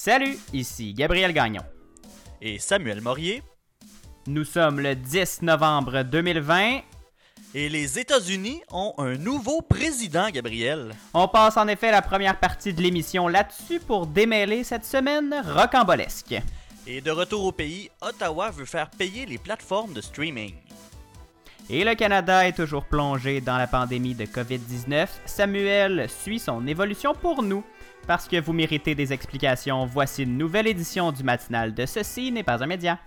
Salut, ici Gabriel Gagnon. Et Samuel Morier. Nous sommes le 10 novembre 2020. Et les États-Unis ont un nouveau président, Gabriel. On passe en effet la première partie de l'émission là-dessus pour démêler cette semaine rocambolesque. Et de retour au pays, Ottawa veut faire payer les plateformes de streaming. Et le Canada est toujours plongé dans la pandémie de COVID-19. Samuel suit son évolution pour nous. Parce que vous méritez des explications, voici une nouvelle édition du matinal de Ceci n'est pas un média.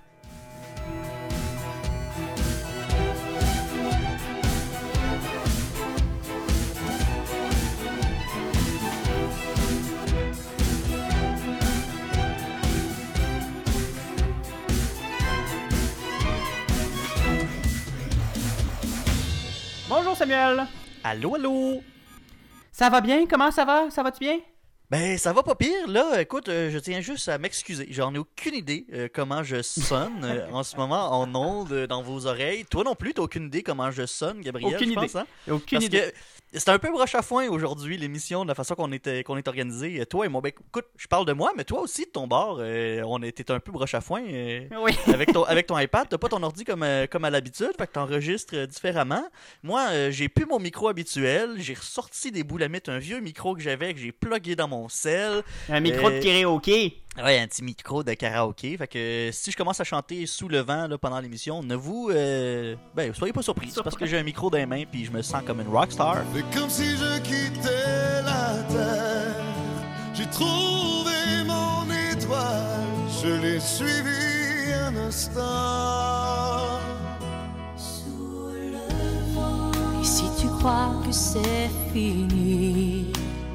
Bonjour Samuel. Allô, allô. Ça va bien? Comment ça va? Ça va-tu bien? Ben, ça va pas pire, là. Écoute, je tiens juste à m'excuser. J'en ai aucune idée comment je sonne en ce moment en ondes dans vos oreilles. Toi non plus, t'as aucune idée comment je sonne, Gabriel, aucune je idée. pense, hein? Aucune idée. Que c'est un peu broche à foin aujourd'hui, l'émission, de la façon qu'on est organisé. Toi et moi, ben, écoute, je parle de moi, mais toi aussi, de ton bord, on était un peu broche à foin Oui. avec ton iPad. T'as pas ton ordi comme à l'habitude, fait que t'enregistres différemment. Moi, j'ai plus mon micro habituel. J'ai ressorti des boulamites, un vieux micro que j'avais, que j'ai plugué dans mon cell. Un micro de karaoké. Ouais, un petit micro de karaoké. Fait que si je commence à chanter sous le vent là, pendant l'émission, ne vous soyez pas surpris. C'est parce que j'ai un micro dans les mains puis je me sens comme une rockstar. C'est comme si je quittais la terre. J'ai trouvé mon étoile. Je l'ai suivi un instant. Sous le vent. Et si tu crois que c'est fini,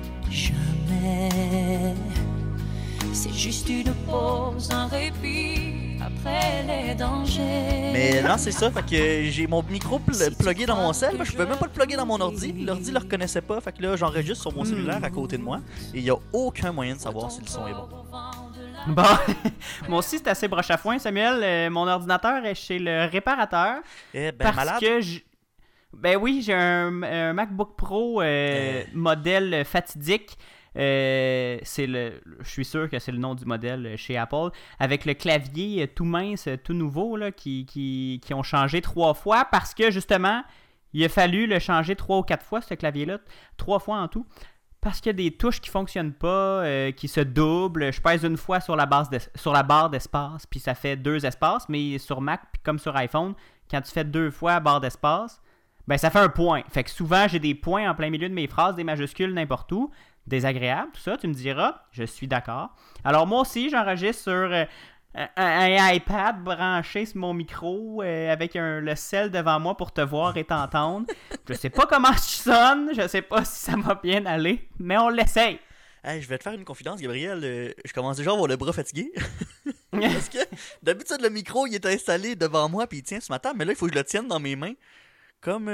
jamais. C'est juste une pause, un répit après les dangers. Mais là, c'est ça. Fait que j'ai mon micro plugué dans mon cell. Je pouvais même pas le plugger dans mon ordi. L'ordi le reconnaissait pas. Fait que là, j'enregistre sur mon cellulaire à côté de moi. Et il y a aucun moyen de savoir si le son est bon. Bon, moi aussi c'est assez broche à foin, Samuel. Mon ordinateur est chez le réparateur. Eh ben, parce malade. que ben oui, j'ai un MacBook Pro modèle fatidique. Je suis sûr que c'est le nom du modèle chez Apple, avec le clavier tout mince, tout nouveau, là, qui ont changé 3 fois parce que justement, il a fallu le changer 3 ou 4 fois, ce clavier-là, 3 fois en tout, parce qu'il y a des touches qui ne fonctionnent pas, qui se doublent. Je pèse une fois sur la barre d'espace, puis ça fait 2 espaces, mais sur Mac, comme sur iPhone, quand tu fais 2 fois barre d'espace, ben ça fait un point. Fait que souvent, j'ai des points en plein milieu de mes phrases, des majuscules n'importe où. Désagréable, tout ça, tu me diras, je suis d'accord. Alors moi aussi, j'enregistre sur un iPad branché sur mon micro avec le cell devant moi pour te voir et t'entendre. Je sais pas comment je sonne, je sais pas si ça va bien aller, mais on l'essaye. Hey, je vais te faire une confidence, Gabriel. Je commence déjà à avoir le bras fatigué. Parce que d'habitude, le micro, il est installé devant moi puis il tient sur ma table, mais là, il faut que je le tienne dans mes mains. Comme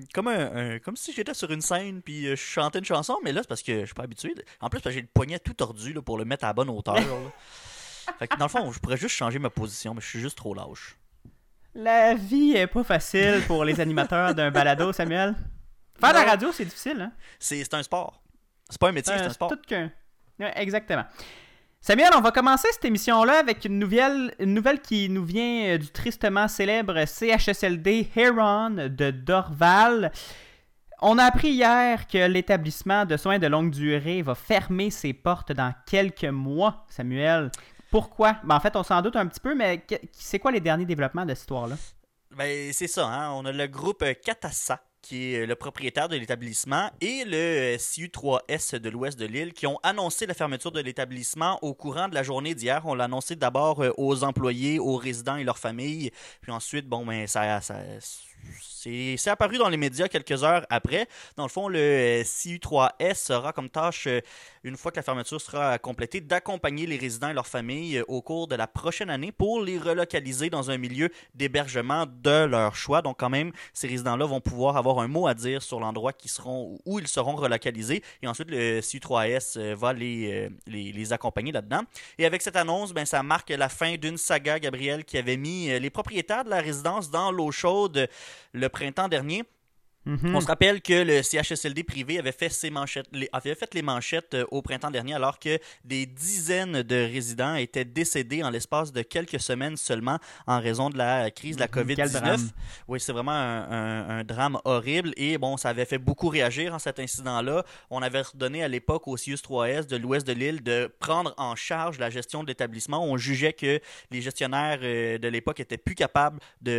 si j'étais sur une scène puis je chantais une chanson, mais là c'est parce que je suis pas habitué. En plus, parce que j'ai le poignet tout tordu là, pour le mettre à la bonne hauteur. Là. Fait que dans le fond, je pourrais juste changer ma position, mais je suis juste trop lâche. La vie est pas facile pour les animateurs d'un balado, Samuel. Faire de la radio, c'est difficile, hein? C'est un sport. C'est pas un métier, c'est un sport. Tout qu'un... Ouais, exactement. Samuel, on va commencer cette émission-là avec une nouvelle qui nous vient du tristement célèbre CHSLD Huron de Dorval. On a appris hier que l'établissement de soins de longue durée va fermer ses portes dans quelques mois, Samuel. Pourquoi? Ben, en fait, on s'en doute un petit peu, mais c'est quoi les derniers développements de cette histoire-là? Ben, c'est ça, hein? On a le groupe Catassa, qui est le propriétaire de l'établissement, et le CU3S de l'ouest de l'île, qui ont annoncé la fermeture de l'établissement au courant de la journée d'hier. On l'a annoncé d'abord aux employés, aux résidents et leurs familles, puis ensuite, bon, ben, c'est apparu dans les médias quelques heures après. Dans le fond, le CU3S aura comme tâche, une fois que la fermeture sera complétée, d'accompagner les résidents et leurs familles au cours de la prochaine année pour les relocaliser dans un milieu d'hébergement de leur choix. Donc quand même, ces résidents-là vont pouvoir avoir un mot à dire sur l'endroit où ils seront relocalisés. Et ensuite, le CU3S va les accompagner là-dedans. Et avec cette annonce, ben, ça marque la fin d'une saga, Gabriel, qui avait mis les propriétaires de la résidence dans l'eau chaude le printemps dernier. On se rappelle que le CHSLD privé avait fait les manchettes au printemps dernier, alors que des dizaines de résidents étaient décédés en l'espace de quelques semaines seulement en raison de la crise de la COVID-19. Oui, c'est vraiment un drame horrible. Et bon, ça avait fait beaucoup réagir en cet incident-là. On avait redonné à l'époque au CIUS 3S de l'ouest de l'île de prendre en charge la gestion de l'établissement. On jugeait que les gestionnaires de l'époque étaient plus capables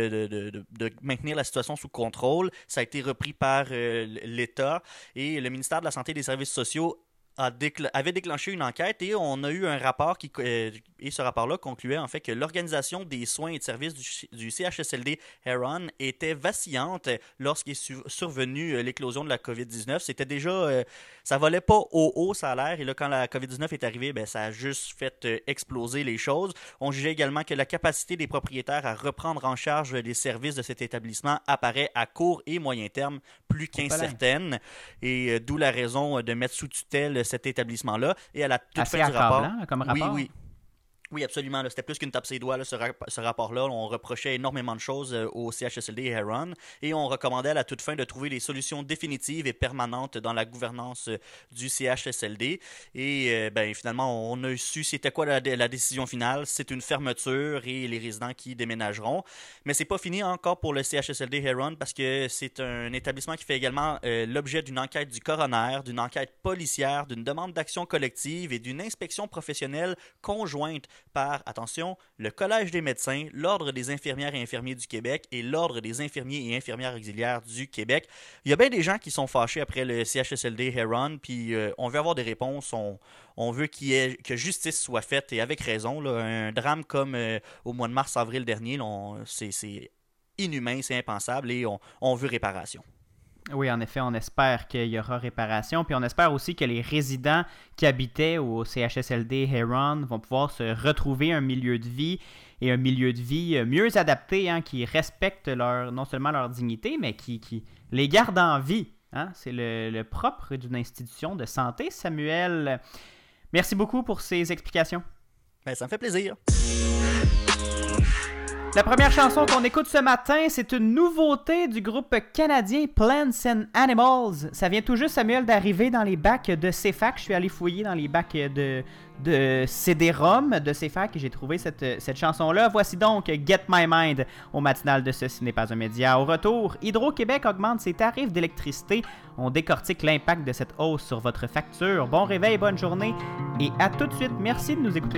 de maintenir la situation sous contrôle. Ça a été repris par l'État et le ministère de la Santé et des Services sociaux avait déclenché une enquête et on a eu un rapport et ce rapport-là concluait en fait que l'organisation des soins et de services du CHSLD Heron était vacillante lorsqu'est survenue l'éclosion de la COVID-19. C'était déjà, ça volait pas au haut salaire et là quand la COVID-19 est arrivée, ça a juste fait exploser les choses. On jugeait également que la capacité des propriétaires à reprendre en charge les services de cet établissement apparaît à court et moyen terme plus qu'incertaine et d'où la raison de mettre sous tutelle cet établissement-là. Et à la toute fin du rapport... comme rapport. Oui, absolument. Là, c'était plus qu'une tape ses doigts, là, ce rapport-là. On reprochait énormément de choses au CHSLD Heron et on recommandait à la toute fin de trouver des solutions définitives et permanentes dans la gouvernance du CHSLD. Et finalement, on a su c'était quoi la décision finale. C'est une fermeture et les résidents qui déménageront. Mais c'est pas fini encore pour le CHSLD Heron parce que c'est un établissement qui fait également l'objet d'une enquête du coroner, d'une enquête policière, d'une demande d'action collective et d'une inspection professionnelle conjointe par, attention, le Collège des médecins, l'Ordre des infirmières et infirmiers du Québec et l'Ordre des infirmiers et infirmières auxiliaires du Québec. Il y a bien des gens qui sont fâchés après le CHSLD Heron, puis on veut avoir des réponses, on veut que justice soit faite, et avec raison. Là, un drame comme au mois de mars-avril dernier, c'est inhumain, c'est impensable, et on veut réparation. Oui, en effet, on espère qu'il y aura réparation. Puis on espère aussi que les résidents qui habitaient au CHSLD Heron vont pouvoir se retrouver un milieu de vie et un milieu de vie mieux adapté, qui respecte non seulement leur dignité, mais qui les garde en vie. C'est le propre d'une institution de santé. Samuel, merci beaucoup pour ces explications. Ça me fait plaisir. La première chanson qu'on écoute ce matin, c'est une nouveauté du groupe canadien Plants and Animals. Ça vient tout juste, Samuel, d'arriver dans les bacs de CFAC. Je suis allé fouiller dans les bacs de CD-ROM de CFAC et j'ai trouvé cette chanson-là. Voici donc Get My Mind au matinal de Ce n'est pas un média. Au retour, Hydro-Québec augmente ses tarifs d'électricité. On décortique l'impact de cette hausse sur votre facture. Bon réveil, bonne journée et à tout de suite. Merci de nous écouter.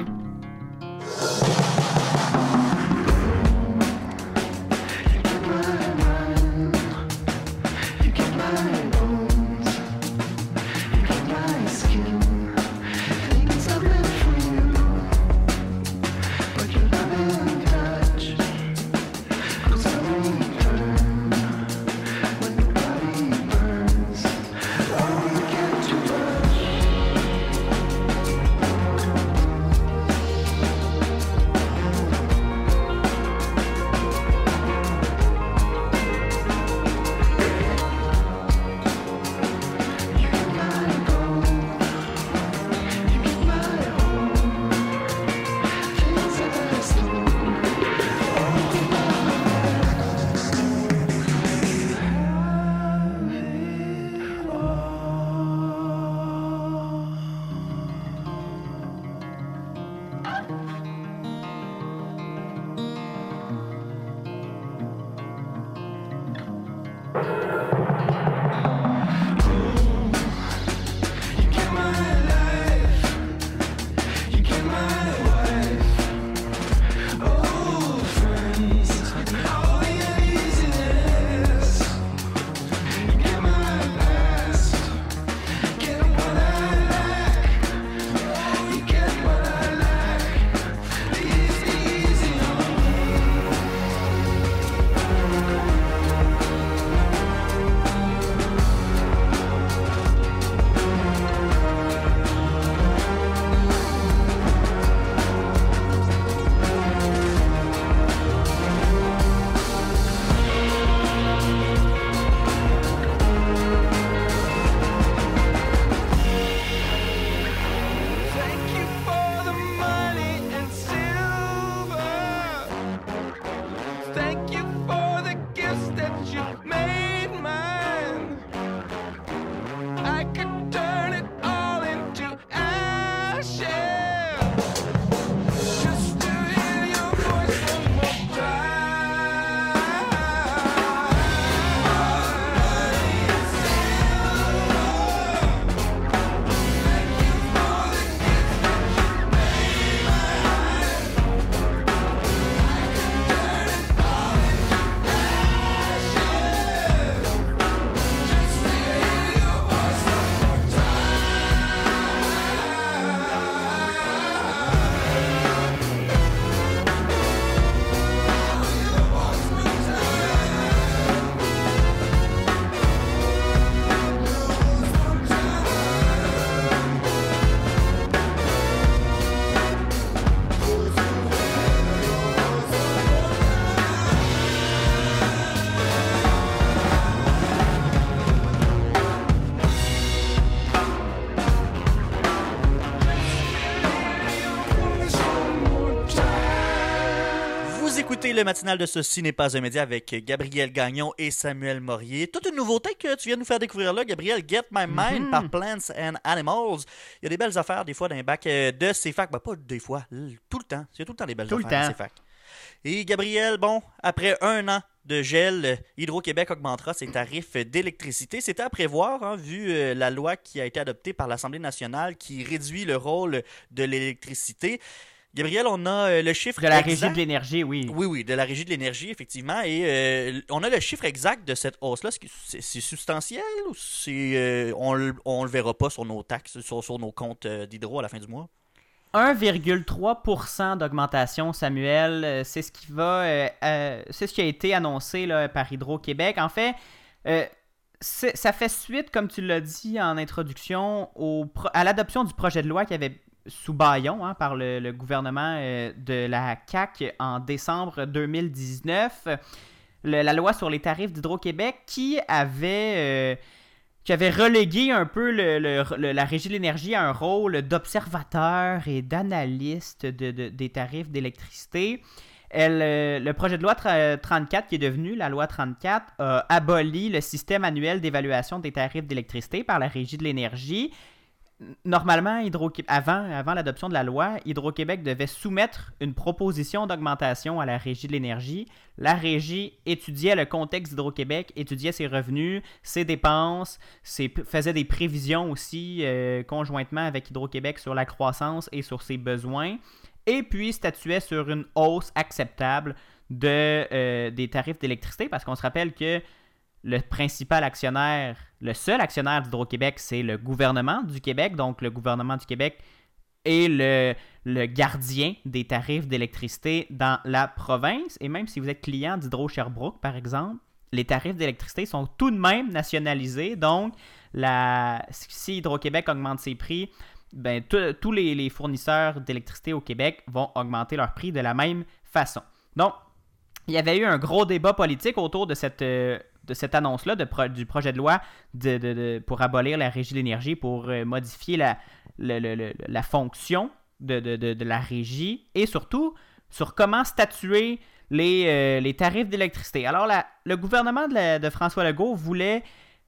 écoutez le matinal de Ceci n'est pas un média avec Gabriel Gagnon et Samuel Morier. Toute une nouveauté que tu viens de nous faire découvrir là, Gabriel, Get My Mind par Plants and Animals. Il y a des belles affaires des fois dans les bacs de CFAC. Ben, pas des fois, tout le temps. Il y a tout le temps des belles affaires de CFAC. Et Gabriel, bon, après 1 an de gel, Hydro-Québec augmentera ses tarifs d'électricité. C'était à prévoir, hein, vu la loi qui a été adoptée par l'Assemblée nationale qui réduit le rôle de l'électricité. Gabriel, on a le chiffre de la exact... Régie de l'énergie, oui. Oui, de la Régie de l'énergie, effectivement. Et on a le chiffre exact de cette hausse-là. C'est substantiel ou on le verra pas sur nos taxes, sur nos comptes d'hydro à la fin du mois? 1,3% d'augmentation, Samuel. C'est ce qui a été annoncé là, par Hydro-Québec. En fait, ça fait suite, comme tu l'as dit en introduction, à l'adoption du projet de loi qui avait sous bâillon par le gouvernement de la CAQ en décembre 2019. La loi sur les tarifs d'Hydro-Québec qui avait relégué un peu la Régie de l'énergie à un rôle d'observateur et d'analyste des tarifs d'électricité. Le projet de loi 34, qui est devenu la loi 34, a aboli le système annuel d'évaluation des tarifs d'électricité par la Régie de l'énergie. Normalement, avant l'adoption de la loi, Hydro-Québec devait soumettre une proposition d'augmentation à la Régie de l'énergie. La Régie étudiait le contexte d'Hydro-Québec, étudiait ses revenus, ses dépenses, faisait des prévisions aussi conjointement avec Hydro-Québec sur la croissance et sur ses besoins, et puis statuait sur une hausse acceptable des tarifs d'électricité, parce qu'on se rappelle que le principal actionnaire, le seul actionnaire d'Hydro-Québec, c'est le gouvernement du Québec. Donc, le gouvernement du Québec est le gardien des tarifs d'électricité dans la province. Et même si vous êtes client d'Hydro-Sherbrooke, par exemple, les tarifs d'électricité sont tout de même nationalisés. Donc, si Hydro-Québec augmente ses prix, ben, tous les fournisseurs d'électricité au Québec vont augmenter leurs prix de la même façon. Donc, il y avait eu un gros débat politique autour de cette annonce-là du projet de loi pour abolir la Régie de l'énergie, pour modifier la fonction de la Régie et surtout sur comment statuer les tarifs d'électricité. Alors, le gouvernement de François Legault voulait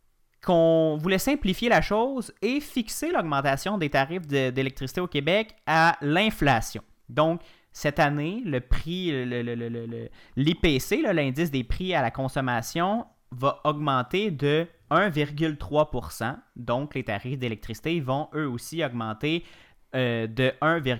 simplifier la chose et fixer l'augmentation des tarifs d'électricité au Québec à l'inflation. Donc, cette année, le prix, l'IPC, l'indice des prix à la consommation, va augmenter de 1,3%. Donc, les tarifs d'électricité vont eux aussi augmenter de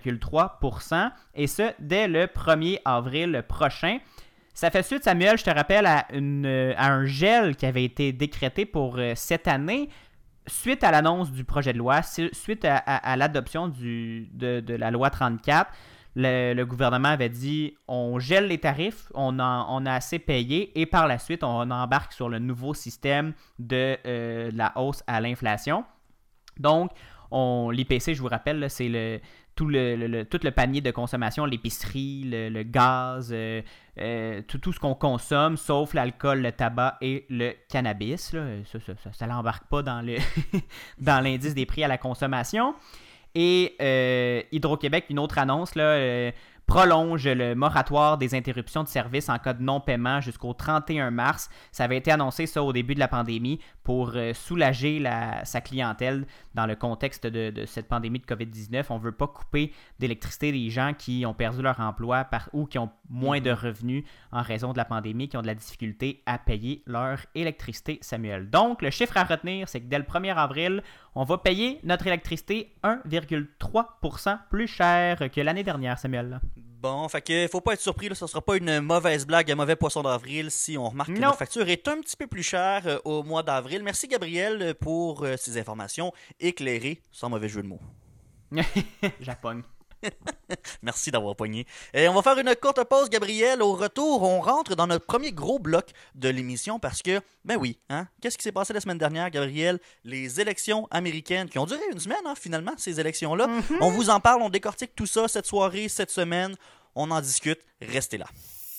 1,3%. Et ce, dès le 1er avril prochain. Ça fait suite, Samuel, je te rappelle, à un gel qui avait été décrété pour cette année, suite à l'annonce du projet de loi, suite à l'adoption de la loi 34. Le gouvernement avait dit on gèle les tarifs, on a assez payé et par la suite on embarque sur le nouveau système de la hausse à l'inflation. Donc l'IPC, je vous rappelle, là, c'est tout le panier de consommation, l'épicerie, le gaz, tout ce qu'on consomme, sauf l'alcool, le tabac et le cannabis. Là. Ça l'embarque pas dans l'indice des prix à la consommation. Et Hydro-Québec, une autre annonce, prolonge le moratoire des interruptions de service en cas de non-paiement jusqu'au 31 mars. Ça avait été annoncé ça au début de la pandémie pour soulager sa clientèle dans le contexte de cette pandémie de COVID-19. On ne veut pas couper d'électricité des gens qui ont perdu leur emploi ou qui ont moins de revenus en raison de la pandémie, qui ont de la difficulté à payer leur électricité, Samuel. Donc, le chiffre à retenir, c'est que dès le 1er avril, on va payer notre électricité 1,3% plus cher que l'année dernière, Samuel. Bon, fait que faut pas être surpris, là, ce sera pas une mauvaise blague, un mauvais poisson d'avril si on remarque que notre facture est un petit peu plus chère au mois d'avril. Merci Gabriel pour ces informations éclairées, sans mauvais jeu de mots. J'appogne. Merci d'avoir pogné. Et on va faire une courte pause, Gabriel. Au retour, on rentre dans notre premier gros bloc de l'émission parce que, ben oui, hein, qu'est-ce qui s'est passé la semaine dernière, Gabriel? Les élections américaines qui ont duré une semaine, hein, finalement, ces élections-là. Mm-hmm. On vous en parle, on décortique tout ça cette soirée, cette semaine. On en discute. Restez là.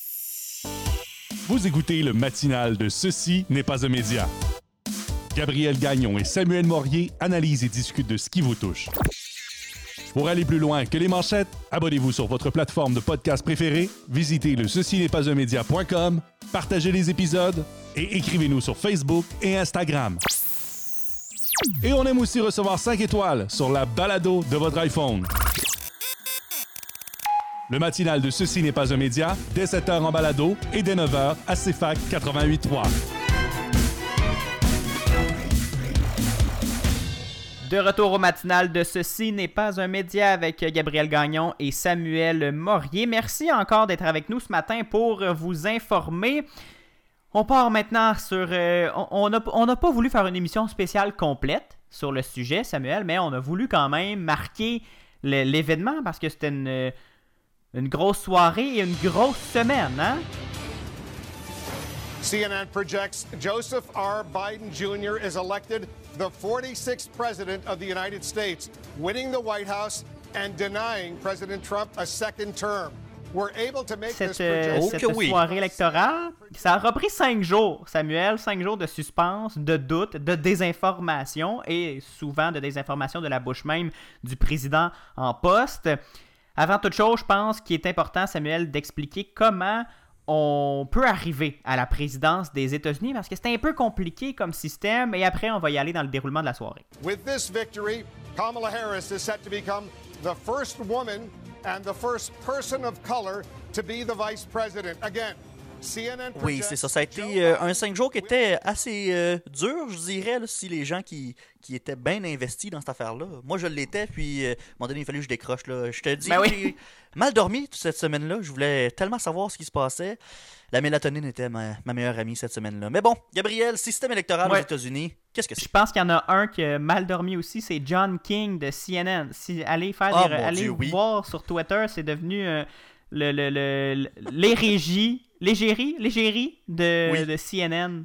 Vous écoutez le matinal de Ceci n'est pas un média. Gabriel Gagnon et Samuel Morier analysent et discutent de ce qui vous touche. Pour aller plus loin que les manchettes, abonnez-vous sur votre plateforme de podcast préférée, visitez le ceci-n'est-pas-un-média.com, partagez les épisodes et écrivez-nous sur Facebook et Instagram. Et on aime aussi recevoir 5 étoiles sur la balado de votre iPhone. Le matinal de Ceci n'est pas un média, dès 7h en balado et dès 9h à CFAC 88.3. De retour au matinal de Ceci n'est pas un média avec Gabriel Gagnon et Samuel Morier. Merci encore d'être avec nous ce matin pour vous informer. On part maintenant sur... on n'a pas voulu faire une émission spéciale complète sur le sujet, Samuel, mais on a voulu quand même marquer l'événement parce que c'était une grosse soirée et une grosse semaine, hein? CNN projects Joseph R. Biden Jr. is elected the 46th President of the United States, winning the White House and denying President Trump a second term. We're able to make this projection. Cette soirée électorale, ça a repris 5 jours, Samuel, 5 jours de suspense, de doute, de désinformation et souvent de désinformation de la bouche même du président en poste. Avant toute chose, je pense qu'il est important, Samuel, d'expliquer comment on peut arriver à la présidence des États-Unis parce que c'est un peu compliqué comme système et après, on va y aller dans le déroulement de la soirée. With this victory, Kamala Harris is set to become the first woman and the first person of color to be the vice president. Again, CNN Oui, c'est ça. Ça a été un 5 jours qui était assez dur, je dirais, là, si les gens qui étaient bien investis dans cette affaire-là. Moi, je l'étais, puis à un moment donné, il fallait que je décroche. Là. Je te dis, j'ai mal dormi toute cette semaine-là. Je voulais tellement savoir ce qui se passait. La mélatonine était ma meilleure amie cette semaine-là. Mais bon, Gabriel, système électoral aux États-Unis, qu'est-ce que c'est? Je pense qu'il y en a un qui a mal dormi aussi, c'est John King de CNN. Allez voir sur Twitter, c'est devenu l'égérie de CNN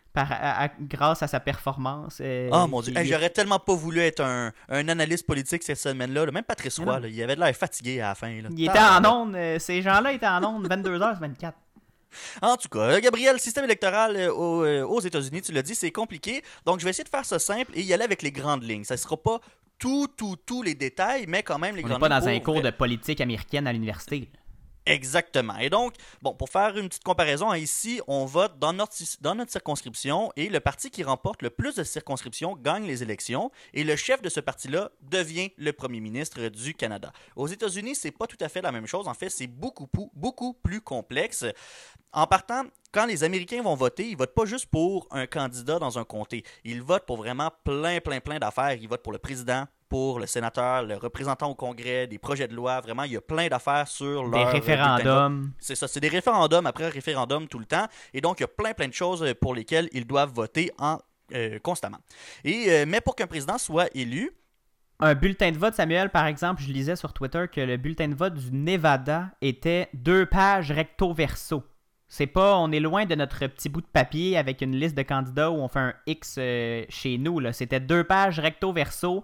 grâce à sa performance. Mon Dieu, j'aurais tellement pas voulu être un analyste politique cette semaine-là. Même Patrice Roy, il avait de l'air fatigué à la fin. Là. Il était en ondes, ces gens-là étaient en ondes 22h24. En tout cas, Gabriel, le système électoral aux États-Unis, tu l'as dit, c'est compliqué. Donc, je vais essayer de faire ça simple et y aller avec les grandes lignes. Ça ne sera pas tous les détails, mais quand même les grandes lignes. On n'est pas dans un cours de politique américaine à l'université. Exactement. Et donc, bon, pour faire une petite comparaison, ici, on vote dans notre circonscription et le parti qui remporte le plus de circonscriptions gagne les élections et le chef de ce parti-là devient le premier ministre du Canada. Aux États-Unis, c'est pas tout à fait la même chose. En fait, c'est beaucoup plus complexe. En partant, quand les Américains vont voter, ils votent pas juste pour un candidat dans un comté. Ils votent pour vraiment plein d'affaires. Ils votent pour le président, pour le sénateur, le représentant au Congrès, des projets de loi. Vraiment, il y a plein d'affaires sur leur... Des référendums. C'est ça, c'est des référendums après référendum tout le temps. Et donc, il y a plein de choses pour lesquelles ils doivent voter constamment. Mais pour qu'un président soit élu... Un bulletin de vote, Samuel, par exemple, je lisais sur Twitter que le bulletin de vote du Nevada était 2 pages recto-verso. C'est pas, on est loin de notre petit bout de papier avec une liste de candidats où on fait un X chez nous. Là. C'était 2 pages recto-verso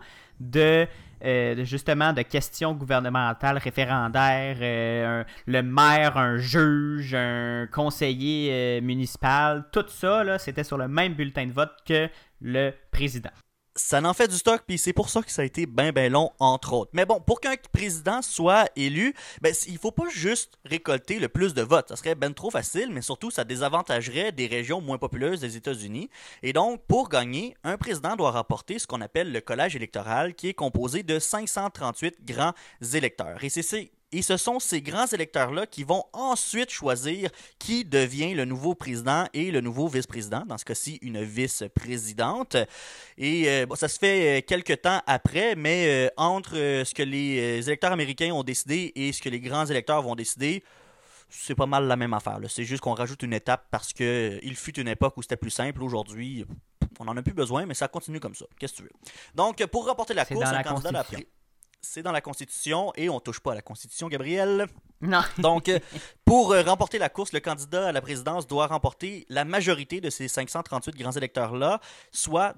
justement de questions gouvernementales, référendaires, le maire, un juge, un conseiller municipal. Tout ça, là, c'était sur le même bulletin de vote que le président. Ça en fait du stock, puis c'est pour ça que ça a été bien long, entre autres. Mais bon, pour qu'un président soit élu, il faut pas juste récolter le plus de votes. Ça serait trop facile, mais surtout, ça désavantagerait des régions moins populeuses des États-Unis. Et donc, pour gagner, un président doit rapporter ce qu'on appelle le collège électoral, qui est composé de 538 grands électeurs. Et ce sont ces grands électeurs-là qui vont ensuite choisir qui devient le nouveau président et le nouveau vice-président, dans ce cas-ci, une vice-présidente. Et ça se fait quelques temps après, mais entre ce que les électeurs américains ont décidé et ce que les grands électeurs vont décider, c'est pas mal la même affaire. Là. C'est juste qu'on rajoute une étape parce qu'il fut une époque où c'était plus simple. Aujourd'hui, on n'en a plus besoin, mais ça continue comme ça. Qu'est-ce que tu veux? Donc, pour remporter la course, un candidat l'a pris. C'est dans la Constitution et on touche pas à la Constitution, Gabriel. Non. Donc, pour remporter la course, le candidat à la présidence doit remporter la majorité de ces 538 grands électeurs-là, soit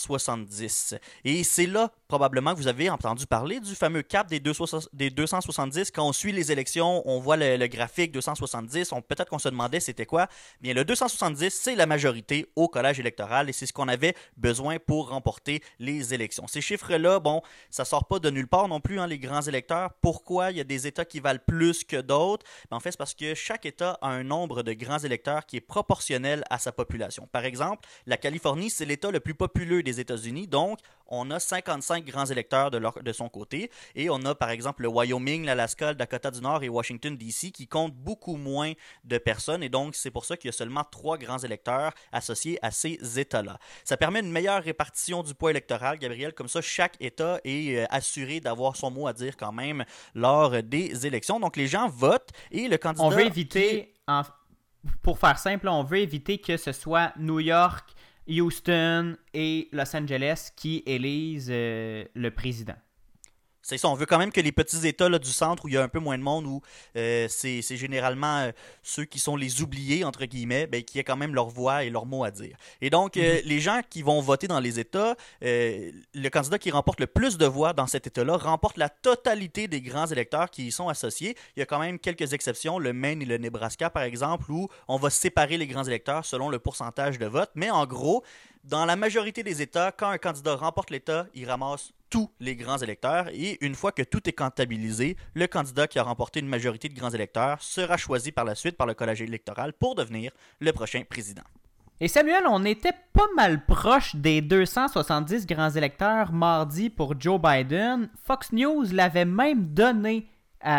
270. Et c'est là, probablement, que vous avez entendu parler du fameux cap des 270. Quand on suit les élections, on voit le graphique 270. Peut-être qu'on se demandait c'était quoi. Bien, le 270, c'est la majorité au collège électoral et c'est ce qu'on avait besoin pour remporter les élections. Ces chiffres-là, bon, ça sort pas de nulle part. savoir non plus, les grands électeurs, pourquoi il y a des États qui valent plus que d'autres. En fait, c'est parce que chaque État a un nombre de grands électeurs qui est proportionnel à sa population. Par exemple, la Californie, c'est l'État le plus populeux des États-Unis, donc on a 55 grands électeurs de son côté, et on a par exemple le Wyoming, l'Alaska, le Dakota du Nord et Washington DC qui comptent beaucoup moins de personnes, et donc c'est pour ça qu'il y a seulement 3 grands électeurs associés à ces États-là. Ça permet une meilleure répartition du poids électoral, Gabriel, comme ça chaque État est assuré d'avoir son mot à dire quand même lors des élections. Donc les gens votent et le candidat... On veut éviter, pour faire simple, on veut éviter que ce soit New York, Houston et Los Angeles qui élisent le président. C'est ça, on veut quand même que les petits États là, du centre où il y a un peu moins de monde, où c'est généralement ceux qui sont les oubliés, entre guillemets, qui aient quand même leur voix et leur mot à dire. Et donc, les gens qui vont voter dans les États, le candidat qui remporte le plus de voix dans cet État-là remporte la totalité des grands électeurs qui y sont associés. Il y a quand même quelques exceptions, le Maine et le Nebraska, par exemple, où on va séparer les grands électeurs selon le pourcentage de vote. Mais en gros, dans la majorité des États, quand un candidat remporte l'État, il ramasse tous les grands électeurs et une fois que tout est comptabilisé, le candidat qui a remporté une majorité de grands électeurs sera choisi par la suite par le collège électoral pour devenir le prochain président. Et Samuel, on était pas mal proche des 270 grands électeurs mardi pour Joe Biden. Fox News avait même donné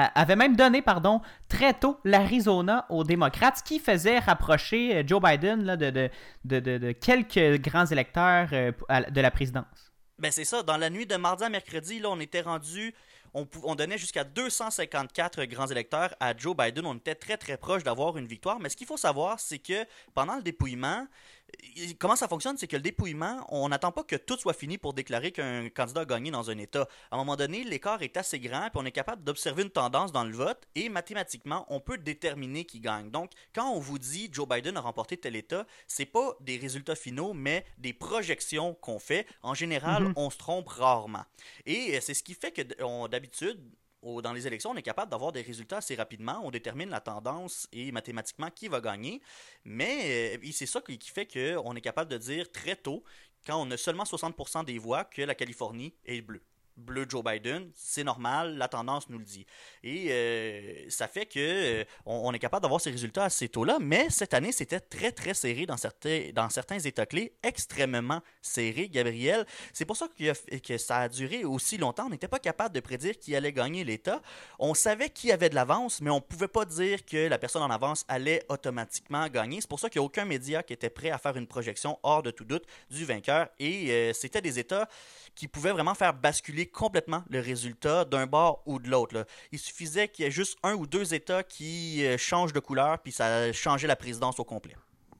très tôt l'Arizona aux démocrates, ce qui faisait rapprocher Joe Biden là, de quelques grands électeurs de la présidence. Ben c'est ça, dans la nuit de mardi à mercredi, là, on était rendu, on donnait jusqu'à 254 grands électeurs à Joe Biden. On était très très proche d'avoir une victoire, mais ce qu'il faut savoir, c'est que pendant le dépouillement, comment ça fonctionne, c'est que le dépouillement, on n'attend pas que tout soit fini pour déclarer qu'un candidat a gagné dans un État. À un moment donné, l'écart est assez grand, puis on est capable d'observer une tendance dans le vote, et mathématiquement, on peut déterminer qui gagne. Donc, quand on vous dit Joe Biden a remporté tel État, c'est pas des résultats finaux, mais des projections qu'on fait. En général, on se trompe rarement. Et c'est ce qui fait que, d'habitude, dans les élections, on est capable d'avoir des résultats assez rapidement. On détermine la tendance et mathématiquement qui va gagner. Mais c'est ça qui fait qu'on est capable de dire très tôt, quand on a seulement 60% des voix, que la Californie est bleue. Bleu Joe Biden, c'est normal, la tendance nous le dit. Et ça fait que on est capable d'avoir ces résultats assez tôt-là, mais cette année, c'était très, très serré dans certains États clés, extrêmement serré, Gabriel. C'est pour ça que ça a duré aussi longtemps. On n'était pas capable de prédire qui allait gagner l'État. On savait qui avait de l'avance, mais on ne pouvait pas dire que la personne en avance allait automatiquement gagner. C'est pour ça qu'il n'y a aucun média qui était prêt à faire une projection hors de tout doute du vainqueur. Et c'était des États qui pouvaient vraiment faire basculer complètement le résultat d'un bord ou de l'autre, là. Il suffisait qu'il y ait juste 1 ou 2 États qui changent de couleur, puis ça changeait la présidence au complet.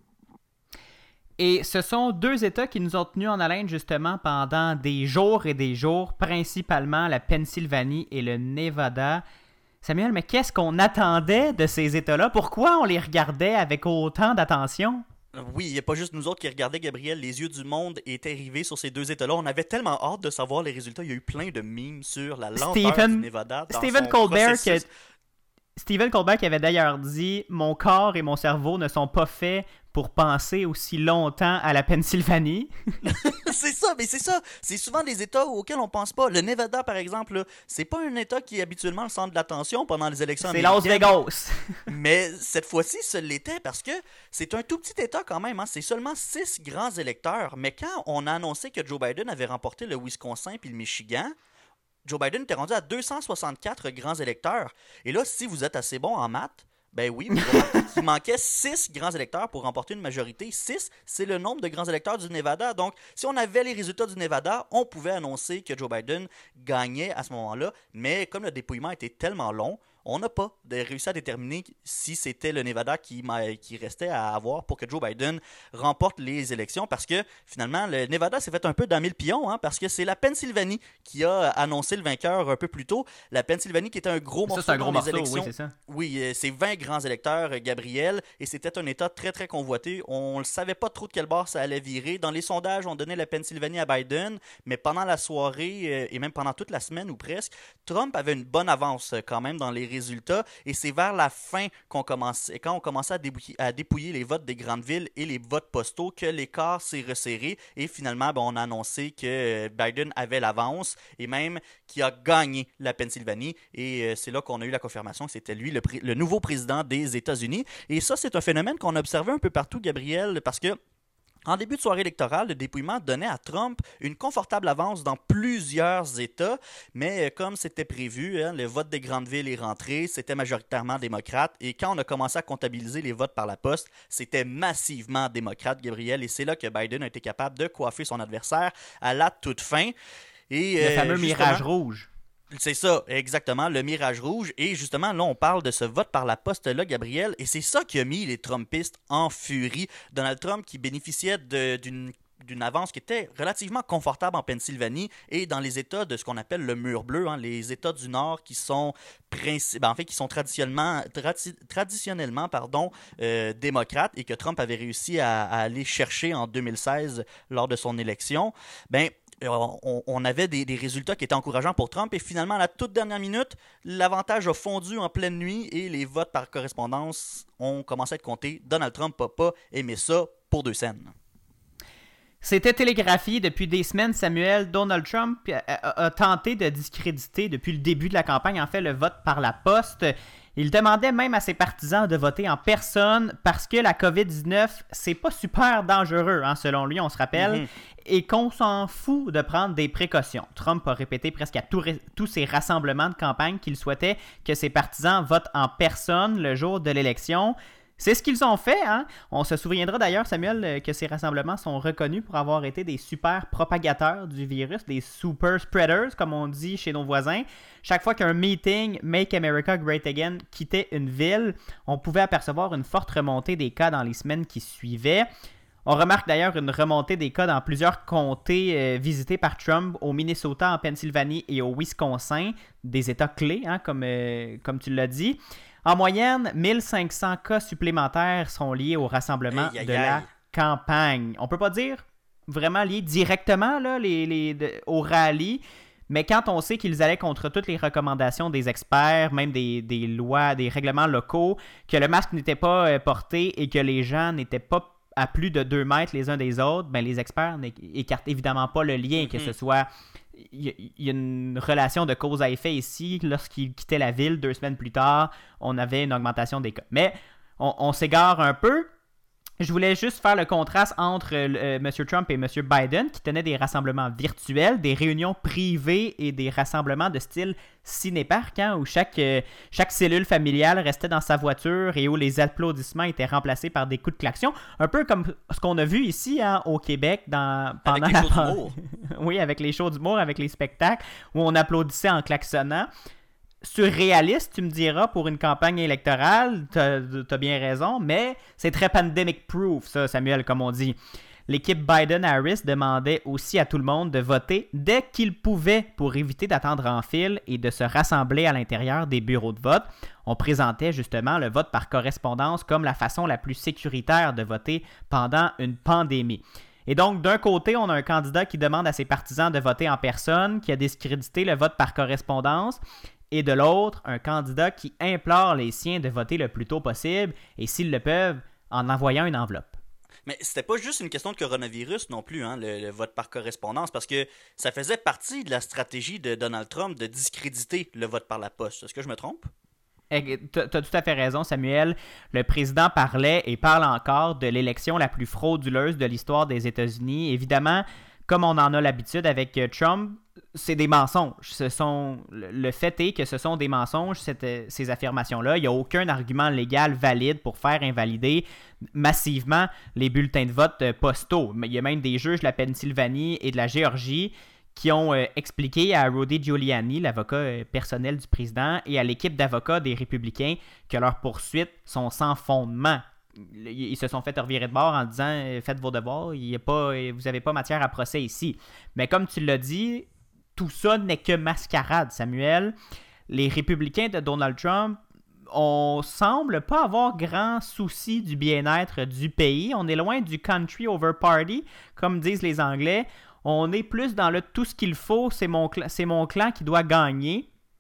Et ce sont 2 États qui nous ont tenus en haleine justement pendant des jours et des jours, principalement la Pennsylvanie et le Nevada. Samuel, mais qu'est-ce qu'on attendait de ces États-là? Pourquoi on les regardait avec autant d'attention? Oui, il n'y a pas juste nous autres qui regardaient, Gabriel. Les yeux du monde étaient rivés sur ces 2 États-là. On avait tellement hâte de savoir les résultats. Il y a eu plein de memes sur la lenteur du Nevada dans Stephen Colbert qui avait d'ailleurs dit « Mon corps et mon cerveau ne sont pas faits pour penser aussi longtemps à la Pennsylvanie. » C'est ça, mais c'est ça. C'est souvent des États auxquels on pense pas. Le Nevada, par exemple, là, c'est pas un État qui est habituellement le centre de l'attention pendant les élections américaines. C'est Las Vegas. Mais cette fois-ci, ce l'était parce que c'est un tout petit État quand même. Hein. C'est seulement 6 grands électeurs. Mais quand on a annoncé que Joe Biden avait remporté le Wisconsin puis le Michigan, Joe Biden était rendu à 264 grands électeurs. Et là, si vous êtes assez bon en maths, ben oui, il manquait 6 grands électeurs pour remporter une majorité. 6, c'est le nombre de grands électeurs du Nevada. Donc, si on avait les résultats du Nevada, on pouvait annoncer que Joe Biden gagnait à ce moment-là. Mais comme le dépouillement était tellement long, on n'a pas réussi à déterminer si c'était le Nevada qui restait à avoir pour que Joe Biden remporte les élections, parce que finalement, le Nevada s'est fait un peu damer le pion, hein, parce que c'est la Pennsylvanie qui a annoncé le vainqueur un peu plus tôt. La Pennsylvanie qui était un gros morceau dans les élections. Oui, c'est ça. Oui, c'est 20 grands électeurs, Gabriel, et c'était un État très, très convoité. On ne savait pas trop de quel bord ça allait virer. Dans les sondages, on donnait la Pennsylvanie à Biden, mais pendant la soirée, et même pendant toute la semaine ou presque, Trump avait une bonne avance quand même dans les résultats résultats. Et c'est vers la fin quand on commençait à dépouiller les votes des grandes villes et les votes postaux que l'écart s'est resserré. Et finalement, on a annoncé que Biden avait l'avance et même qu'il a gagné la Pennsylvanie. Et c'est là qu'on a eu la confirmation que c'était lui le nouveau président des États-Unis. Et ça, c'est un phénomène qu'on a observé un peu partout, Gabriel, parce que en début de soirée électorale, le dépouillement donnait à Trump une confortable avance dans plusieurs États, mais comme c'était prévu, le vote des grandes villes est rentré, c'était majoritairement démocrate, et quand on a commencé à comptabiliser les votes par la poste, c'était massivement démocrate, Gabriel, et c'est là que Biden a été capable de coiffer son adversaire à la toute fin. Et, le fameux mirage rouge. C'est ça, exactement, le mirage rouge. Et justement, là, on parle de ce vote par la poste-là, Gabriel, et c'est ça qui a mis les Trumpistes en furie. Donald Trump, qui bénéficiait d'une avance qui était relativement confortable en Pennsylvanie et dans les États de ce qu'on appelle le mur bleu, les États du Nord qui sont traditionnellement démocrates et que Trump avait réussi à aller chercher en 2016 lors de son élection. On avait des résultats qui étaient encourageants pour Trump et finalement, à la toute dernière minute, l'avantage a fondu en pleine nuit et les votes par correspondance ont commencé à être comptés. Donald Trump n'a pas aimé ça pour 2 scènes. C'était télégraphié depuis des semaines, Samuel. Donald Trump a tenté de discréditer depuis le début de la campagne, en fait, le vote par la poste. Il demandait même à ses partisans de voter en personne parce que la COVID-19, c'est pas super dangereux, selon lui, on se rappelle, et qu'on s'en fout de prendre des précautions. Trump a répété presque à tous ses rassemblements de campagne qu'il souhaitait que ses partisans votent en personne le jour de l'élection. C'est ce qu'ils ont fait. On se souviendra d'ailleurs, Samuel, que ces rassemblements sont reconnus pour avoir été des super propagateurs du virus, des super spreaders, comme on dit chez nos voisins. Chaque fois qu'un meeting Make America Great Again quittait une ville, on pouvait apercevoir une forte remontée des cas dans les semaines qui suivaient. On remarque d'ailleurs une remontée des cas dans plusieurs comtés visités par Trump, au Minnesota, en Pennsylvanie et au Wisconsin, des États clés, comme tu l'as dit. En moyenne, 1500 cas supplémentaires sont liés au rassemblement de la campagne. On ne peut pas dire vraiment liés directement là, au rallye, mais quand on sait qu'ils allaient contre toutes les recommandations des experts, même des lois, des règlements locaux, que le masque n'était pas porté et que les gens n'étaient pas à plus de 2 mètres les uns des autres, les experts n'écartent évidemment pas le lien, que ce soit... Il y a une relation de cause à effet ici. Lorsqu'il quittait la ville 2 semaines plus tard, on avait une augmentation des cas. Mais on s'égare un peu. Je voulais juste faire le contraste entre M. Trump et M. Biden qui tenaient des rassemblements virtuels, des réunions privées et des rassemblements de style cinéparc, où chaque cellule familiale restait dans sa voiture et où les applaudissements étaient remplacés par des coups de klaxon. Un peu comme ce qu'on a vu ici au Québec pendant les shows d'humour. Oui, avec les shows d'humour, avec les spectacles où on applaudissait en klaxonnant. Surréaliste, tu me diras, pour une campagne électorale, t'as bien raison, mais c'est très pandemic-proof, ça, Samuel, comme on dit. L'équipe Biden-Harris demandait aussi à tout le monde de voter dès qu'ils pouvaient pour éviter d'attendre en file et de se rassembler à l'intérieur des bureaux de vote. On présentait justement le vote par correspondance comme la façon la plus sécuritaire de voter pendant une pandémie. Et donc, d'un côté, on a un candidat qui demande à ses partisans de voter en personne, qui a discrédité le vote par correspondance, et de l'autre, un candidat qui implore les siens de voter le plus tôt possible, et s'ils le peuvent, en envoyant une enveloppe. Mais c'était pas juste une question de coronavirus non plus, le vote par correspondance, parce que ça faisait partie de la stratégie de Donald Trump de discréditer le vote par la poste. Est-ce que je me trompe? Tu as tout à fait raison, Samuel. Le président parlait et parle encore de l'élection la plus frauduleuse de l'histoire des États-Unis. Évidemment, comme on en a l'habitude avec Trump, c'est des mensonges. Le fait est que ce sont des mensonges, ces affirmations-là. Il n'y a aucun argument légal valide pour faire invalider massivement les bulletins de vote postaux. Il y a même des juges de la Pennsylvanie et de la Géorgie qui ont expliqué à Rudy Giuliani, l'avocat personnel du président, et à l'équipe d'avocats des républicains que leurs poursuites sont sans fondement. Ils se sont fait revirer de bord en disant « Faites vos devoirs, vous n'avez pas matière à procès ici. » Mais comme tu l'as dit, tout ça n'est que mascarade, Samuel. Les républicains de Donald Trump, on semble pas avoir grand souci du bien-être du pays. On est loin du country over party, comme disent les Anglais. On est plus dans le tout ce qu'il faut, c'est mon clan qui doit gagner.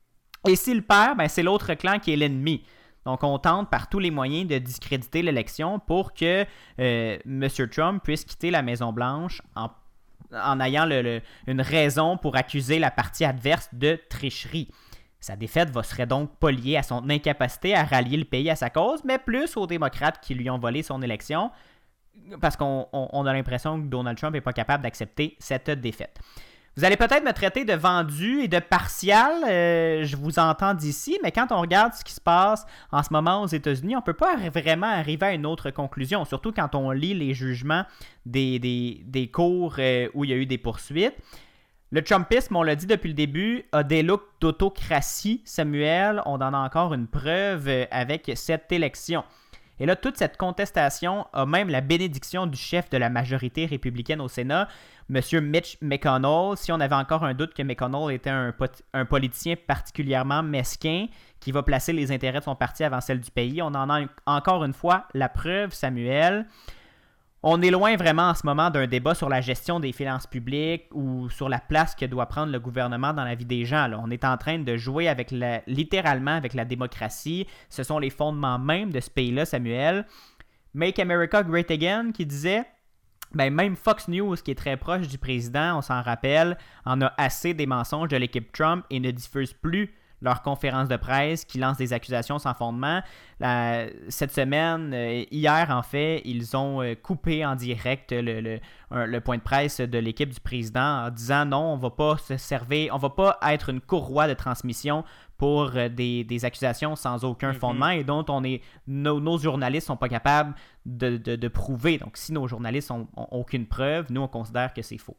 Et s'il perd, ben, c'est l'autre clan qui est l'ennemi. Donc, on tente par tous les moyens de discréditer l'élection pour que M. Trump puisse quitter la Maison-Blanche en ayant une raison pour accuser la partie adverse de tricherie. Sa défaite serait donc pas liée à son incapacité à rallier le pays à sa cause, mais plus aux démocrates qui lui ont volé son élection, parce qu'on a l'impression que Donald Trump n'est pas capable d'accepter cette défaite. Vous allez peut-être me traiter de vendu et de partial, je vous entends d'ici, mais quand on regarde ce qui se passe en ce moment aux États-Unis, on ne peut pas vraiment arriver à une autre conclusion, surtout quand on lit les jugements des cours où il y a eu des poursuites. Le Trumpisme, on l'a dit depuis le début, a des looks d'autocratie, Samuel. On en a encore une preuve avec cette élection. Et là, toute cette contestation a même la bénédiction du chef de la majorité républicaine au Sénat, M. Mitch McConnell. Si on avait encore un doute que McConnell était un politicien particulièrement mesquin qui va placer les intérêts de son parti avant celle du pays, on en a encore une fois la preuve, Samuel. On est loin vraiment en ce moment d'un débat sur la gestion des finances publiques ou sur la place que doit prendre le gouvernement dans la vie des gens. Là. On est en train de jouer littéralement avec la démocratie. Ce sont les fondements même de ce pays-là, Samuel. Make America Great Again, qui disait, ben même Fox News, qui est très proche du président, on s'en rappelle, en a assez des mensonges de l'équipe Trump et ne diffuse plus leur conférence de presse qui lance des accusations sans fondement. Cette semaine, hier en fait, ils ont coupé en direct le point de presse de l'équipe du président en disant non, on va pas se servir, on va pas être une courroie de transmission pour des accusations sans aucun fondement et dont nos journalistes sont pas capables de prouver. Donc si nos journalistes n'ont aucune preuve, nous on considère que c'est faux.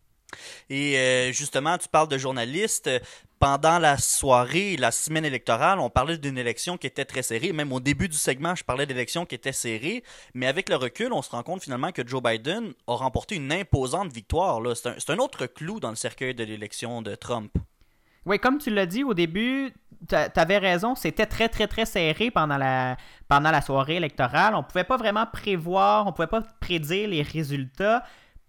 Et justement, tu parles de journalistes. Pendant la soirée, la semaine électorale, on parlait d'une élection qui était très serrée. Même au début du segment, je parlais d'élection qui était serrée. Mais avec le recul, on se rend compte finalement que Joe Biden a remporté une imposante victoire. Là. C'est un autre clou dans le cercueil de l'élection de Trump. Oui, comme tu l'as dit au début, tu avais raison, c'était très, très, très serré pendant la soirée électorale. On ne pouvait pas vraiment prévoir, on ne pouvait pas prédire les résultats.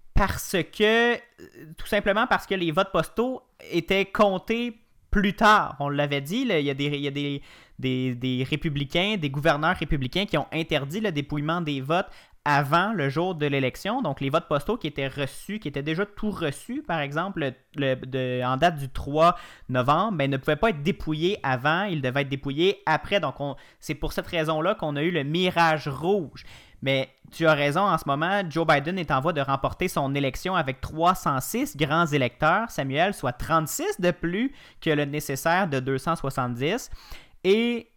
Tout simplement parce que les votes postaux étaient comptés plus tard. On l'avait dit, là, il y a des républicains, des gouverneurs républicains qui ont interdit le dépouillement des votes avant le jour de l'élection. Donc, les votes postaux qui étaient reçus, qui étaient déjà tout reçus, par exemple, en date du 3 novembre, ben, ne pouvaient pas être dépouillés avant, ils devaient être dépouillés après. Donc, c'est pour cette raison-là qu'on a eu le mirage rouge. Mais tu as raison, en ce moment, Joe Biden est en voie de remporter son élection avec 306 grands électeurs, Samuel, soit 36 de plus que le nécessaire de 270, et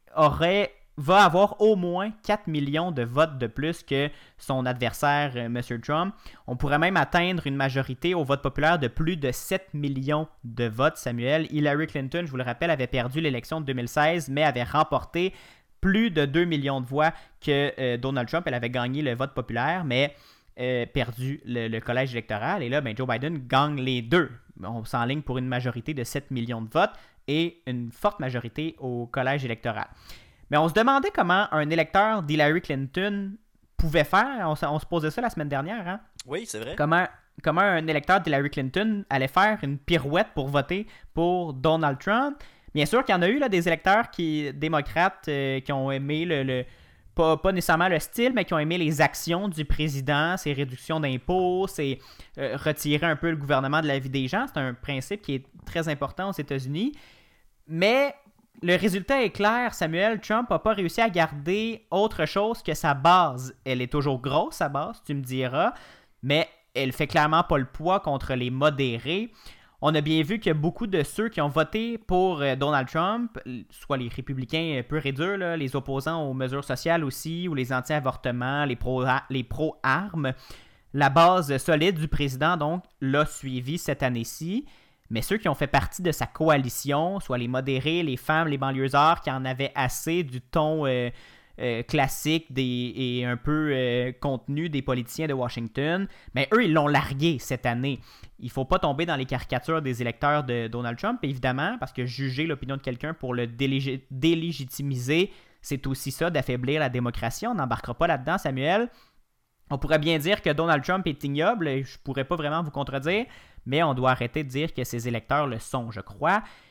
va avoir au moins 4 millions de votes de plus que son adversaire, M. Trump. On pourrait même atteindre une majorité au vote populaire de plus de 7 millions de votes, Samuel. Hillary Clinton, je vous le rappelle, avait perdu l'élection de 2016, mais avait remporté plus de 2 millions de voix que Donald Trump. Elle avait gagné le vote populaire, mais perdu le collège électoral. Et là, ben, Joe Biden gagne les deux. On s'enligne pour une majorité de 7 millions de votes et une forte majorité au collège électoral. Mais on se demandait comment un électeur d'Hillary Clinton pouvait faire. On se posait ça la semaine dernière. Hein? Oui, c'est vrai. Comment un électeur d'Hillary Clinton allait faire une pirouette pour voter pour Donald Trump. Bien sûr qu'il y en a eu là, des électeurs démocrates qui ont aimé pas nécessairement le style, mais qui ont aimé les actions du président, ses réductions d'impôts, ses retirer un peu le gouvernement de la vie des gens. C'est un principe qui est très important aux États-Unis. Mais le résultat est clair, Samuel. Trump n'a pas réussi à garder autre chose que sa base. Elle est toujours grosse, sa base, tu me diras, mais elle fait clairement pas le poids contre les modérés. On a bien vu que beaucoup de ceux qui ont voté pour Donald Trump, soit les républicains purs et durs, là, les opposants aux mesures sociales aussi, ou les anti-avortements, les pro-armes, la base solide du président, donc, l'a suivi cette année-ci. Mais ceux qui ont fait partie de sa coalition, soit les modérés, les femmes, les banlieusards, qui en avaient assez du ton classique et un peu contenu des politiciens de Washington, mais eux, ils l'ont largué cette année. Il ne faut pas tomber dans les caricatures des électeurs de Donald Trump, évidemment, parce que juger l'opinion de quelqu'un pour le délégitimiser, c'est aussi ça, d'affaiblir la démocratie. On n'embarquera pas là-dedans, Samuel. On pourrait bien dire que Donald Trump est ignoble, et je ne pourrais pas vraiment vous contredire, mais on doit arrêter de dire que ses électeurs le sont, je crois.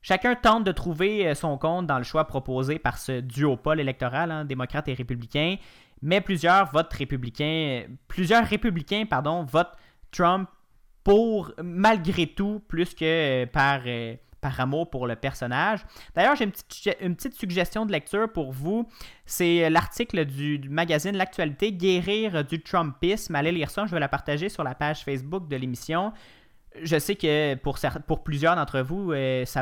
Chacun tente de trouver son compte dans le choix proposé par ce duopole électoral, hein, démocrates et républicains, mais plusieurs républicains votent Trump pour, malgré tout, plus que par amour pour le personnage. D'ailleurs, j'ai une petite suggestion de lecture pour vous. C'est l'article du magazine L'Actualité, Guérir du Trumpisme. Allez lire ça, je vais la partager sur la page Facebook de l'émission. Je sais que pour plusieurs d'entre vous, ça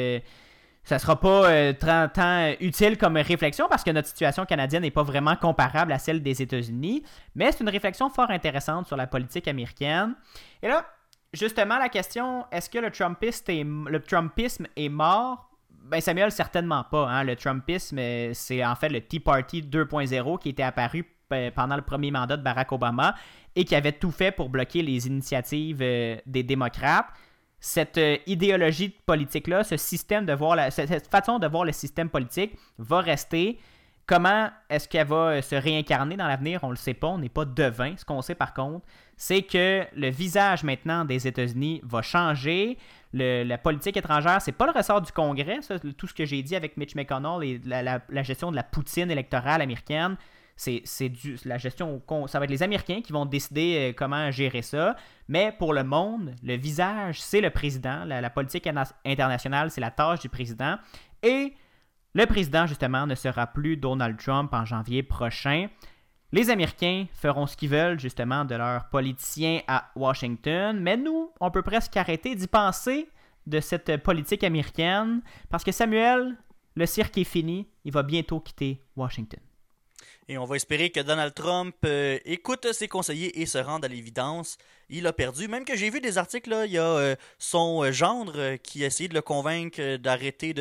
sera pas tant utile comme réflexion parce que notre situation canadienne n'est pas vraiment comparable à celle des États-Unis, mais c'est une réflexion fort intéressante sur la politique américaine. Et là, justement, la question, est-ce que le Trumpisme est mort? Ben Samuel, certainement pas. Hein? Le Trumpisme, c'est en fait le Tea Party 2.0 qui était apparu pendant le premier mandat de Barack Obama et qui avait tout fait pour bloquer les initiatives des démocrates. Cette idéologie politique-là, ce système de voir cette façon de voir le système politique va rester. Comment est-ce qu'elle va se réincarner dans l'avenir? On ne le sait pas, on n'est pas devin. Ce qu'on sait par contre, c'est que le visage maintenant des États-Unis va changer. La politique étrangère, c'est pas le ressort du Congrès, ça, tout ce que j'ai dit avec Mitch McConnell et la gestion de la poutine électorale américaine. C'est la gestion, ça va être les Américains qui vont décider comment gérer ça. Mais pour le monde, le visage, c'est le président. La politique internationale, c'est la tâche du président. Et le président, justement, ne sera plus Donald Trump en janvier prochain. Les Américains feront ce qu'ils veulent, justement, de leurs politiciens à Washington. Mais nous, on peut presque arrêter d'y penser de cette politique américaine. Parce que Samuel, le cirque est fini. Il va bientôt quitter Washington. Et on va espérer que Donald Trump écoute ses conseillers et se rende à l'évidence. Il a perdu. Même que j'ai vu des articles, là, il y a son gendre qui a essayé de le convaincre d'arrêter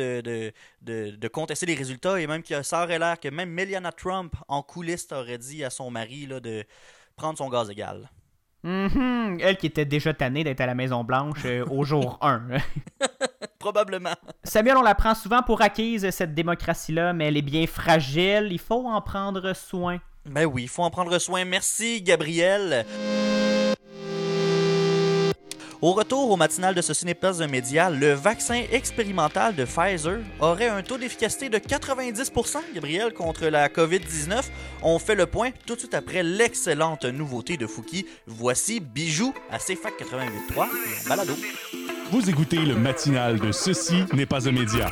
de contester les résultats. Et même que ça aurait l'air que même Melania Trump, en coulisses, aurait dit à son mari là, de prendre son gaz égal. Elle qui était déjà tannée d'être à la Maison-Blanche au jour 1. Probablement. Samuel, on la prend souvent pour acquise, cette démocratie-là, mais elle est bien fragile. Il faut en prendre soin. Ben oui, il faut en prendre soin. Merci, Gabriel. Au retour au matinal de ce n'est pas un média, le vaccin expérimental de Pfizer aurait un taux d'efficacité de 90%, Gabriel, contre la COVID-19. On fait le point tout de suite après l'excellente nouveauté de Fouki. Voici Bijou à CFAC 88.3, balado. Vous écoutez le matinal de Ceci n'est pas un média.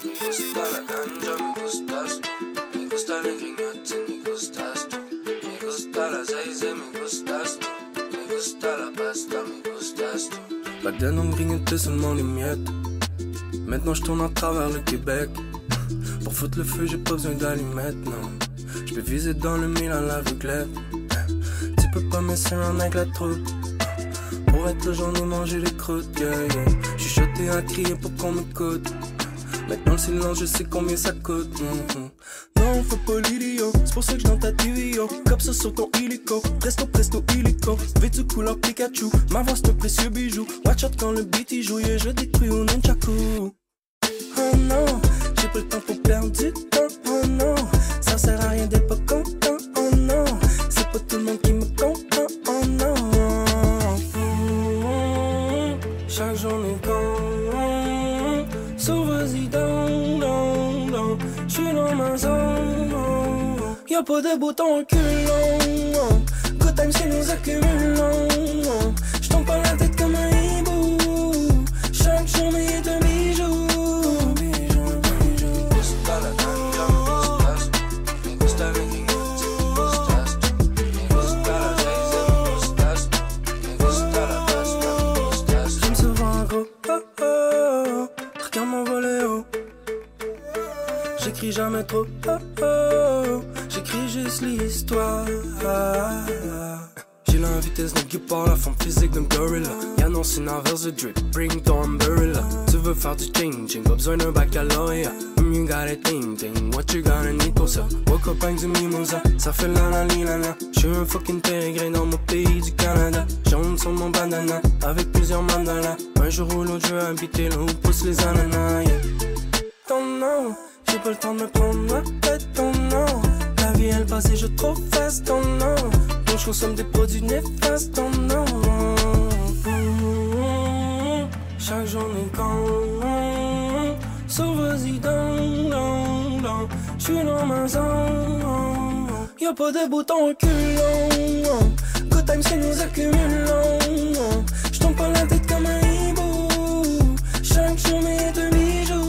Back then on grignotait seulement les miettes. Maintenant je tourne à travers le Québec. Pour foutre le feu j'ai pas besoin d'allumettes, non. Je peux viser dans le mille à l'aveuglette. Tu peux pas me rendre avec la troupe. Pour être le journée manger les croûtes, yeah, yeah. J'suis choté à crier pour qu'on m'écoute. Maintenant le silence je sais combien ça coûte. Non, faut pas l'idiot, c'est pour ça que j'dans ta TV, yo. Comme ça sur ton illico, presto illico. Vêtu couleur Pikachu, ma voix c'est un précieux bijou. Watch out quand le beat y joue, yeah, je détruis au nunchaku. Oh non, j'ai pas le temps pour perdre du temps, oh non. Ça sert à rien d'être pas content, oh non. C'est pas tout le monde qui me comprend, oh non. Chaque journée quand vas-y down, j'suis dans ma zone. Y'a pas de bouton reculant. Good time si nous accumulons. J'tombe pas la tête comme un hibou. Chaque journée est un bijou. J'aime souvent un gros regarde mon volet haut. J'écris jamais trop j'écris juste l'histoire. J'ai la vitesse d'un guépard, la forme physique d'un gorilla. Y'a non c'est une inverse de drip, bring ton umbrella. Tu veux faire du changing, pas besoin d'un baccalauréat. You got a thing, what you gonna need pour ça? Woke up avec du mimosa, ça fait la J'suis un fucking pérégré dans mon pays du Canada. Jaune sur mon bandana, avec plusieurs mandalas. Un jour ou l'autre je veux habiter là où poussent les ananas, yeah. Ton nom, j'ai pas le temps de me prendre la tête, ton nom. La vie elle passe et je trop fast, ton nom. Donc je consomme des produits néfastes, ton nom. Chaque journée quand j'suis dans ma zone. Y'a pas de bouton reculant. Good times qui nous accumulons. J'tombe pas la tête comme un hibou. Chaque jour mérite un bijou.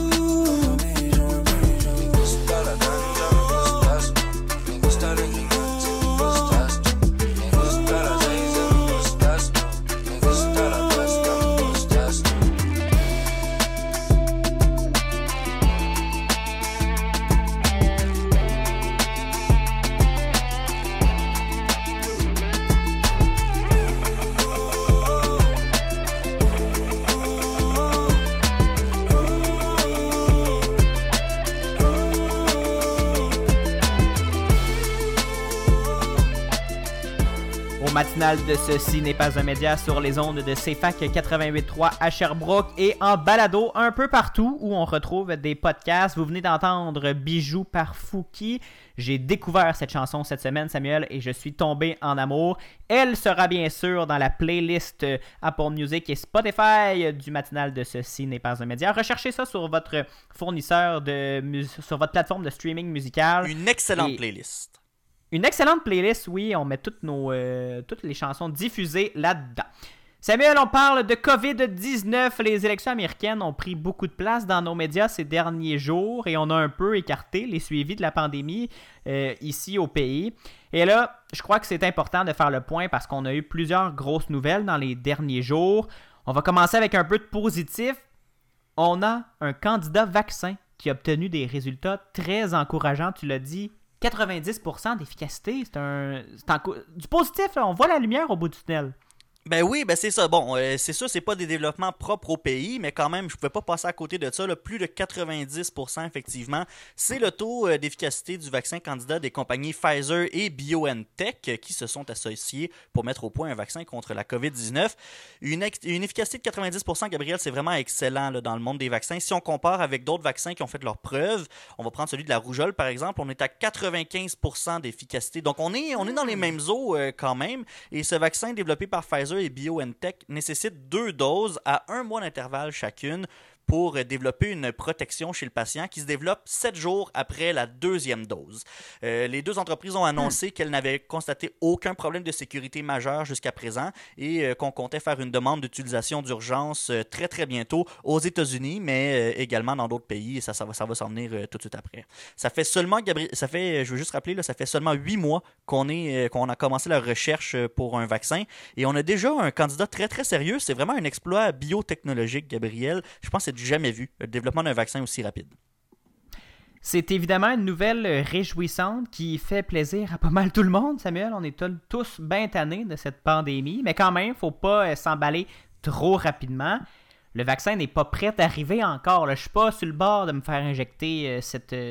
Matinale de Ceci n'est pas un média sur les ondes de CFAC 88.3 à Sherbrooke et en balado un peu partout où on retrouve des podcasts. Vous venez d'entendre Bijoux par Fouki. J'ai découvert cette chanson cette semaine, Samuel, et je suis tombé en amour. Elle sera bien sûr dans la playlist Apple Music et Spotify du Matinale de Ceci n'est pas un média. Recherchez ça sur votre fournisseur sur votre plateforme de streaming musical. Une excellente playlist. Une excellente playlist, oui. On met toutes les chansons diffusées là-dedans. Samuel, on parle de COVID-19. Les élections américaines ont pris beaucoup de place dans nos médias ces derniers jours et on a un peu écarté les suivis de la pandémie ici au pays. Et là, je crois que c'est important de faire le point parce qu'on a eu plusieurs grosses nouvelles dans les derniers jours. On va commencer avec un peu de positif. On a un candidat vaccin qui a obtenu des résultats très encourageants, tu l'as dit. 90% d'efficacité, du positif, là, on voit la lumière au bout du tunnel. Ben oui, ben c'est ça. Bon, c'est sûr, c'est pas des développements propres au pays, mais quand même, je pouvais pas passer à côté de ça. Là, plus de 90%, effectivement, c'est le taux d'efficacité du vaccin candidat des compagnies Pfizer et BioNTech qui se sont associés pour mettre au point un vaccin contre la COVID-19. Une efficacité de 90%, Gabriel, c'est vraiment excellent là, dans le monde des vaccins. Si on compare avec d'autres vaccins qui ont fait leurs preuves, on va prendre celui de la rougeole, par exemple, on est à 95% d'efficacité. Donc, on est dans les mêmes eaux quand même. Et ce vaccin développé par Pfizer et BioNTech nécessite 2 doses à 1 mois d'intervalle chacune pour développer une protection chez le patient qui se développe 7 jours après la 2e dose. Les deux entreprises ont annoncé qu'elles n'avaient constaté aucun problème de sécurité majeur jusqu'à présent et qu'on comptait faire une demande d'utilisation d'urgence très très bientôt aux États-Unis, mais également dans d'autres pays et ça va s'en venir tout de suite après. Ça fait seulement, je veux juste rappeler, là, ça fait seulement 8 mois qu'on a commencé la recherche pour un vaccin et on a déjà un candidat très très sérieux. C'est vraiment un exploit biotechnologique, Gabriel. Je pense que c'est jamais vu, le développement d'un vaccin aussi rapide. C'est évidemment une nouvelle réjouissante qui fait plaisir à pas mal tout le monde, Samuel. On est tous bien tannés de cette pandémie, mais quand même, il ne faut pas s'emballer trop rapidement. Le vaccin n'est pas prêt à arriver encore. Je ne suis pas sur le bord de me faire injecter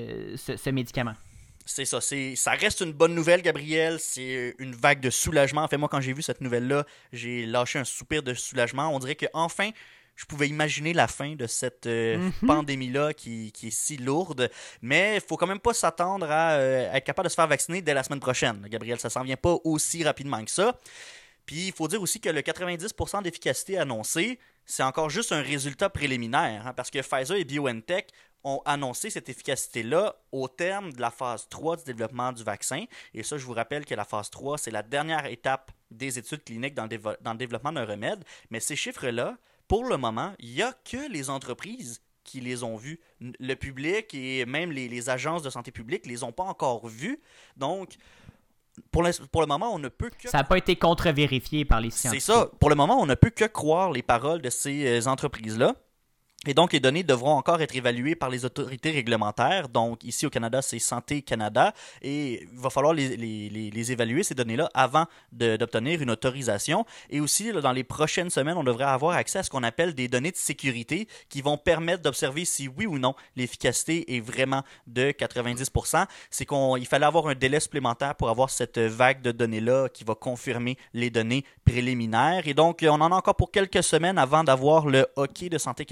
ce médicament. C'est ça, ça reste une bonne nouvelle, Gabriel. C'est une vague de soulagement. En fait, moi, quand j'ai vu cette nouvelle-là, j'ai lâché un soupir de soulagement. On dirait qu'enfin, je pouvais imaginer la fin de cette pandémie-là qui est si lourde. Mais il faut quand même pas s'attendre à être capable de se faire vacciner dès la semaine prochaine. Gabriel, ça s'en vient pas aussi rapidement que ça. Puis il faut dire aussi que le 90% d'efficacité annoncé, c'est encore juste un résultat préliminaire. Hein, parce que Pfizer et BioNTech ont annoncé cette efficacité-là au terme de la phase 3 du développement du vaccin. Et ça, je vous rappelle que la phase 3, c'est la dernière étape des études cliniques dans le développement d'un remède. Mais ces chiffres-là, pour le moment, il n'y a que les entreprises qui les ont vus. Le public et même les agences de santé publique ne les ont pas encore vus. Donc, pour le moment, on ne peut que... Ça n'a pas été contre-vérifié par les scientifiques. C'est ça. Pour le moment, on ne peut que croire les paroles de ces entreprises-là. Et donc, les données devront encore être évaluées par les autorités réglementaires. Donc, ici au Canada, c'est Santé Canada. Et il va falloir les évaluer, ces données-là, avant d'obtenir une autorisation. Et aussi, là, dans les prochaines semaines, on devrait avoir accès à ce qu'on appelle des données de sécurité qui vont permettre d'observer si oui ou non l'efficacité est vraiment de 90%. C'est qu'il fallait avoir un délai supplémentaire pour avoir cette vague de données-là qui va confirmer les données préliminaires. Et donc, on en a encore pour quelques semaines avant d'avoir le OK de Santé Canada.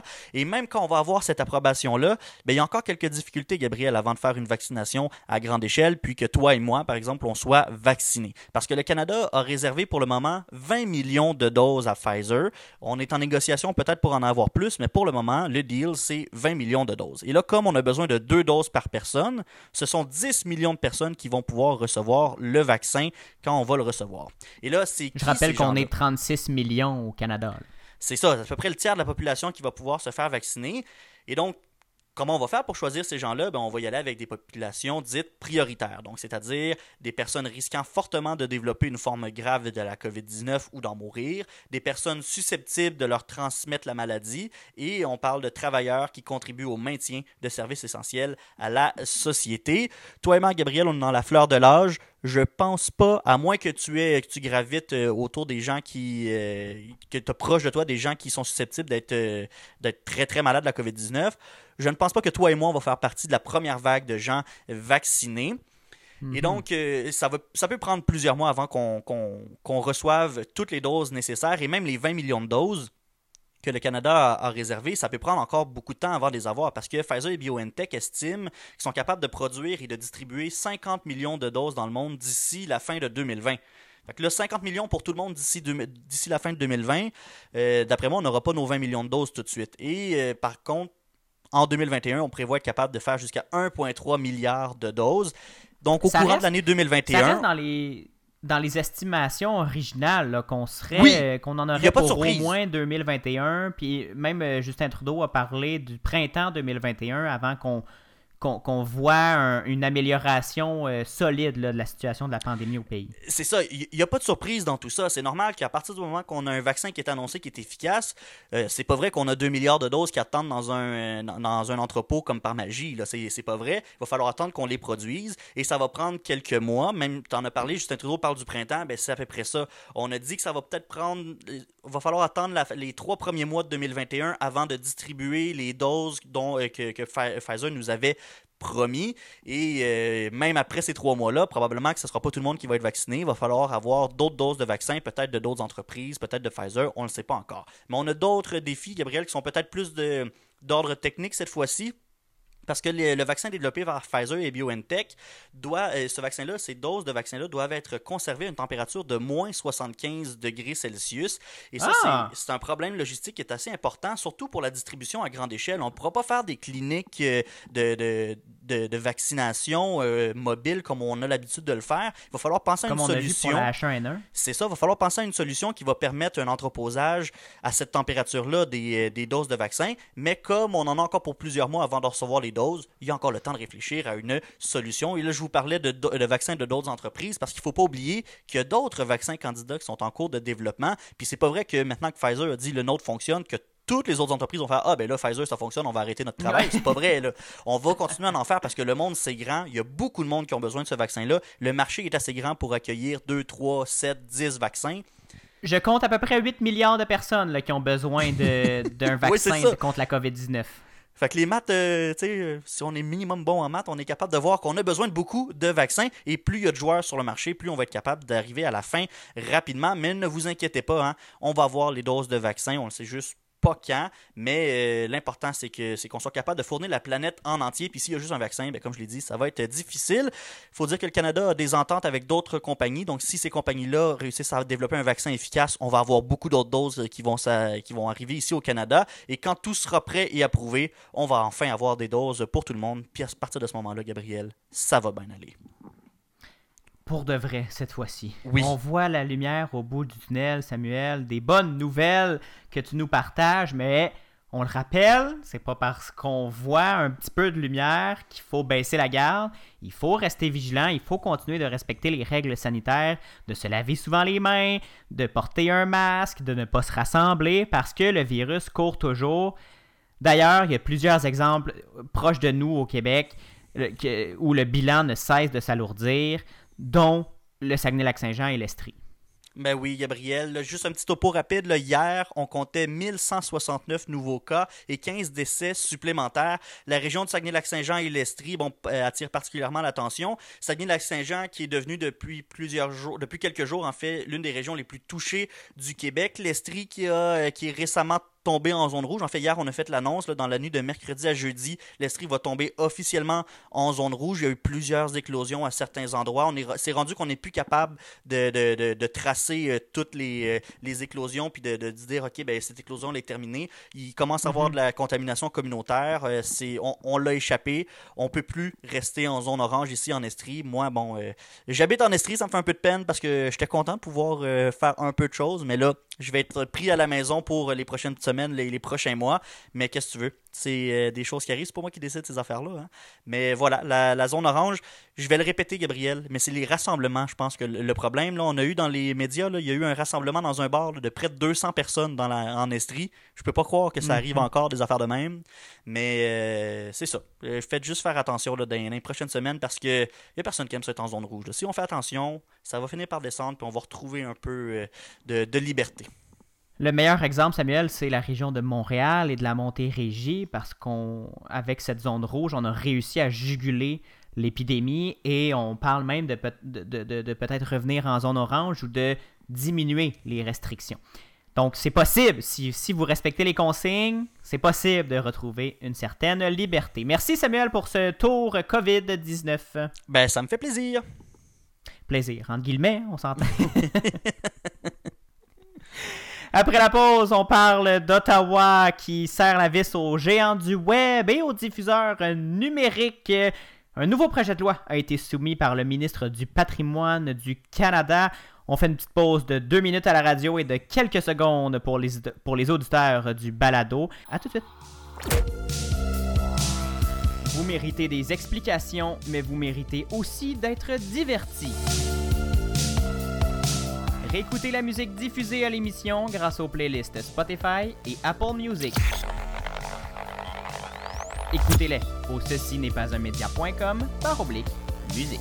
Et même quand on va avoir cette approbation-là, ben, il y a encore quelques difficultés, Gabriel, avant de faire une vaccination à grande échelle, puis que toi et moi, par exemple, on soit vaccinés. Parce que le Canada a réservé pour le moment 20 millions de doses à Pfizer. On est en négociation peut-être pour en avoir plus, mais pour le moment, le deal, c'est 20 millions de doses. Et là, comme on a besoin de 2 doses par personne, ce sont 10 millions de personnes qui vont pouvoir recevoir le vaccin quand on va le recevoir. Et là, c'est Je rappelle qu'on est 36 millions au Canada. Là. C'est ça, c'est à peu près le tiers de la population qui va pouvoir se faire vacciner. Et donc, comment on va faire pour choisir ces gens-là? Ben, on va y aller avec des populations dites prioritaires, donc c'est-à-dire des personnes risquant fortement de développer une forme grave de la COVID-19 ou d'en mourir, des personnes susceptibles de leur transmettre la maladie, et on parle de travailleurs qui contribuent au maintien de services essentiels à la société. Toi et moi, Gabriel, on est dans la fleur de l'âge. Je pense pas, à moins que tu gravites autour des gens que tu as proche de toi, des gens qui sont susceptibles d'être très très malades de la COVID-19, je ne pense pas que toi et moi, on va faire partie de la première vague de gens vaccinés. Et donc, ça peut prendre plusieurs mois avant qu'on reçoive toutes les doses nécessaires et même les 20 millions de doses que le Canada a réservé, ça peut prendre encore beaucoup de temps avant de les avoir parce que Pfizer et BioNTech estiment qu'ils sont capables de produire et de distribuer 50 millions de doses dans le monde d'ici la fin de 2020. Fait que là, 50 millions pour tout le monde d'ici la fin de 2020, d'après moi, on n'aura pas nos 20 millions de doses tout de suite. Et par contre, en 2021, on prévoit être capable de faire jusqu'à 1,3 milliard de doses. Donc, au courant de l'année 2021... Ça reste dans les estimations originales là, qu'on en aurait pour au moins 2021. Puis même Justin Trudeau a parlé du printemps 2021 avant qu'on voit une amélioration solide là, de la situation de la pandémie au pays. C'est ça, il n'y a pas de surprise dans tout ça. C'est normal qu'à partir du moment qu'on a un vaccin qui est annoncé, qui est efficace, c'est pas vrai qu'on a 2 milliards de doses qui attendent dans un entrepôt comme par magie. Là. C'est pas vrai. Il va falloir attendre qu'on les produise et ça va prendre quelques mois. Même, tu en as parlé, Justin Trudeau parle du printemps, ben c'est à peu près ça. On a dit que ça va peut-être prendre... va falloir attendre les 3 premiers mois de 2021 avant de distribuer les doses que Pfizer nous avait promis. Et même après ces 3 mois-là, probablement que ce ne sera pas tout le monde qui va être vacciné. Il va falloir avoir d'autres doses de vaccins, peut-être de d'autres entreprises, peut-être de Pfizer, on ne le sait pas encore. Mais on a d'autres défis, Gabriel, qui sont peut-être plus d'ordre technique cette fois-ci. Parce que le vaccin développé par Pfizer et BioNTech, ce vaccin-là, ces doses de vaccin-là doivent être conservées à une température de moins 75 degrés Celsius. Et ça, c'est un problème logistique qui est assez important, surtout pour la distribution à grande échelle. On ne pourra pas faire des cliniques de vaccination mobile comme on a l'habitude de le faire. Il va falloir penser à une solution. Comme on a vu pour la H1N1. C'est ça, il va falloir penser à une solution qui va permettre un entreposage à cette température-là des doses de vaccin. Mais comme on en a encore pour plusieurs mois avant de recevoir les doses, il y a encore le temps de réfléchir à une solution. Et là, je vous parlais de vaccins de d'autres entreprises parce qu'il ne faut pas oublier qu'il y a d'autres vaccins candidats qui sont en cours de développement. Puis c'est pas vrai que maintenant que Pfizer a dit le nôtre fonctionne, que toutes les autres entreprises vont faire « Ah, ben là, Pfizer, ça fonctionne, on va arrêter notre travail. » C'est pas vrai, là. On va continuer à en faire parce que le monde, c'est grand. Il y a beaucoup de monde qui ont besoin de ce vaccin-là. Le marché est assez grand pour accueillir 2, 3, 7, 10 vaccins. Je compte à peu près 8 milliards de personnes là, qui ont besoin d'un vaccin contre la COVID-19. Fait que les maths, si on est minimum bon en maths, on est capable de voir qu'on a besoin de beaucoup de vaccins. Et plus il y a de joueurs sur le marché, plus on va être capable d'arriver à la fin rapidement. Mais ne vous inquiétez pas, hein, on va avoir les doses de vaccins, on le sait juste pas quand, mais l'important c'est qu'on soit capable de fournir la planète en entier. Puis s'il y a juste un vaccin, ben, comme je l'ai dit, ça va être difficile. Il faut dire que le Canada a des ententes avec d'autres compagnies, donc si ces compagnies-là réussissent à développer un vaccin efficace, on va avoir beaucoup d'autres doses qui vont arriver ici au Canada. Et quand tout sera prêt et approuvé, on va enfin avoir des doses pour tout le monde. Puis à partir de ce moment-là, Gabriel, ça va bien aller. Pour de vrai, cette fois-ci. Oui. On voit la lumière au bout du tunnel, Samuel. Des bonnes nouvelles que tu nous partages, mais on le rappelle, c'est pas parce qu'on voit un petit peu de lumière qu'il faut baisser la garde. Il faut rester vigilant, il faut continuer de respecter les règles sanitaires, de se laver souvent les mains, de porter un masque, de ne pas se rassembler parce que le virus court toujours. D'ailleurs, il y a plusieurs exemples proches de nous au Québec où le bilan ne cesse de s'alourdir, dont le Saguenay-Lac-Saint-Jean et l'Estrie. Ben oui, Gabriel. Là, juste un petit topo rapide. Là, hier, on comptait 1169 nouveaux cas et 15 décès supplémentaires. La région de Saguenay-Lac-Saint-Jean et l'Estrie attire particulièrement l'attention. Saguenay-Lac-Saint-Jean qui est devenu depuis quelques jours, en fait, l'une des régions les plus touchées du Québec. L'Estrie qui est récemment tomber en zone rouge. En fait, hier, on a fait l'annonce, là, dans la nuit de mercredi à jeudi, l'Estrie va tomber officiellement en zone rouge. Il y a eu plusieurs éclosions à certains endroits. C'est rendu qu'on n'est plus capable de tracer toutes les éclosions puis de dire, OK, ben, cette éclosion elle est terminée. Il commence à avoir de la contamination communautaire. On l'a échappé. On ne peut plus rester en zone orange ici en Estrie. Moi, bon, j'habite en Estrie, ça me fait un peu de peine parce que j'étais content de pouvoir faire un peu de choses, mais là, je vais être pris à la maison pour les prochaines semaines, les prochains mois. Mais qu'est-ce que tu veux? C'est des choses qui arrivent. C'est pas moi qui décide ces affaires-là. Hein. Mais voilà, la zone orange, je vais le répéter, Gabriel, mais c'est les rassemblements, je pense que le problème. Là, on a eu dans les médias, là, il y a eu un rassemblement dans un bar là, de près de 200 personnes en Estrie. Je peux pas croire que ça arrive encore, des affaires de même. Mais c'est ça. Faites juste faire attention là, dans les prochaines semaines parce qu'il n'y a personne qui aime ça être en zone rouge. Là. Si on fait attention, ça va finir par descendre puis on va retrouver un peu de liberté. Le meilleur exemple, Samuel, c'est la région de Montréal et de la Montérégie parce qu'avec cette zone rouge, on a réussi à juguler l'épidémie et on parle même de peut-être revenir en zone orange ou de diminuer les restrictions. Donc, c'est possible. Si vous respectez les consignes, c'est possible de retrouver une certaine liberté. Merci, Samuel, pour ce tour COVID-19. Ben, ça me fait plaisir. Plaisir, entre guillemets, on s'entend. Après la pause, on parle d'Ottawa qui serre la vis aux géants du web et aux diffuseurs numériques. Un nouveau projet de loi a été soumis par le ministre du Patrimoine du Canada. On fait une petite pause de 2 minutes à la radio et de quelques secondes pour les auditeurs du balado. À tout de suite. Vous méritez des explications, mais vous méritez aussi d'être divertis. Réécoutez la musique diffusée à l'émission grâce aux playlists Spotify et Apple Music. Écoutez-les au ceci-n'est-pas-un-média.com/musique.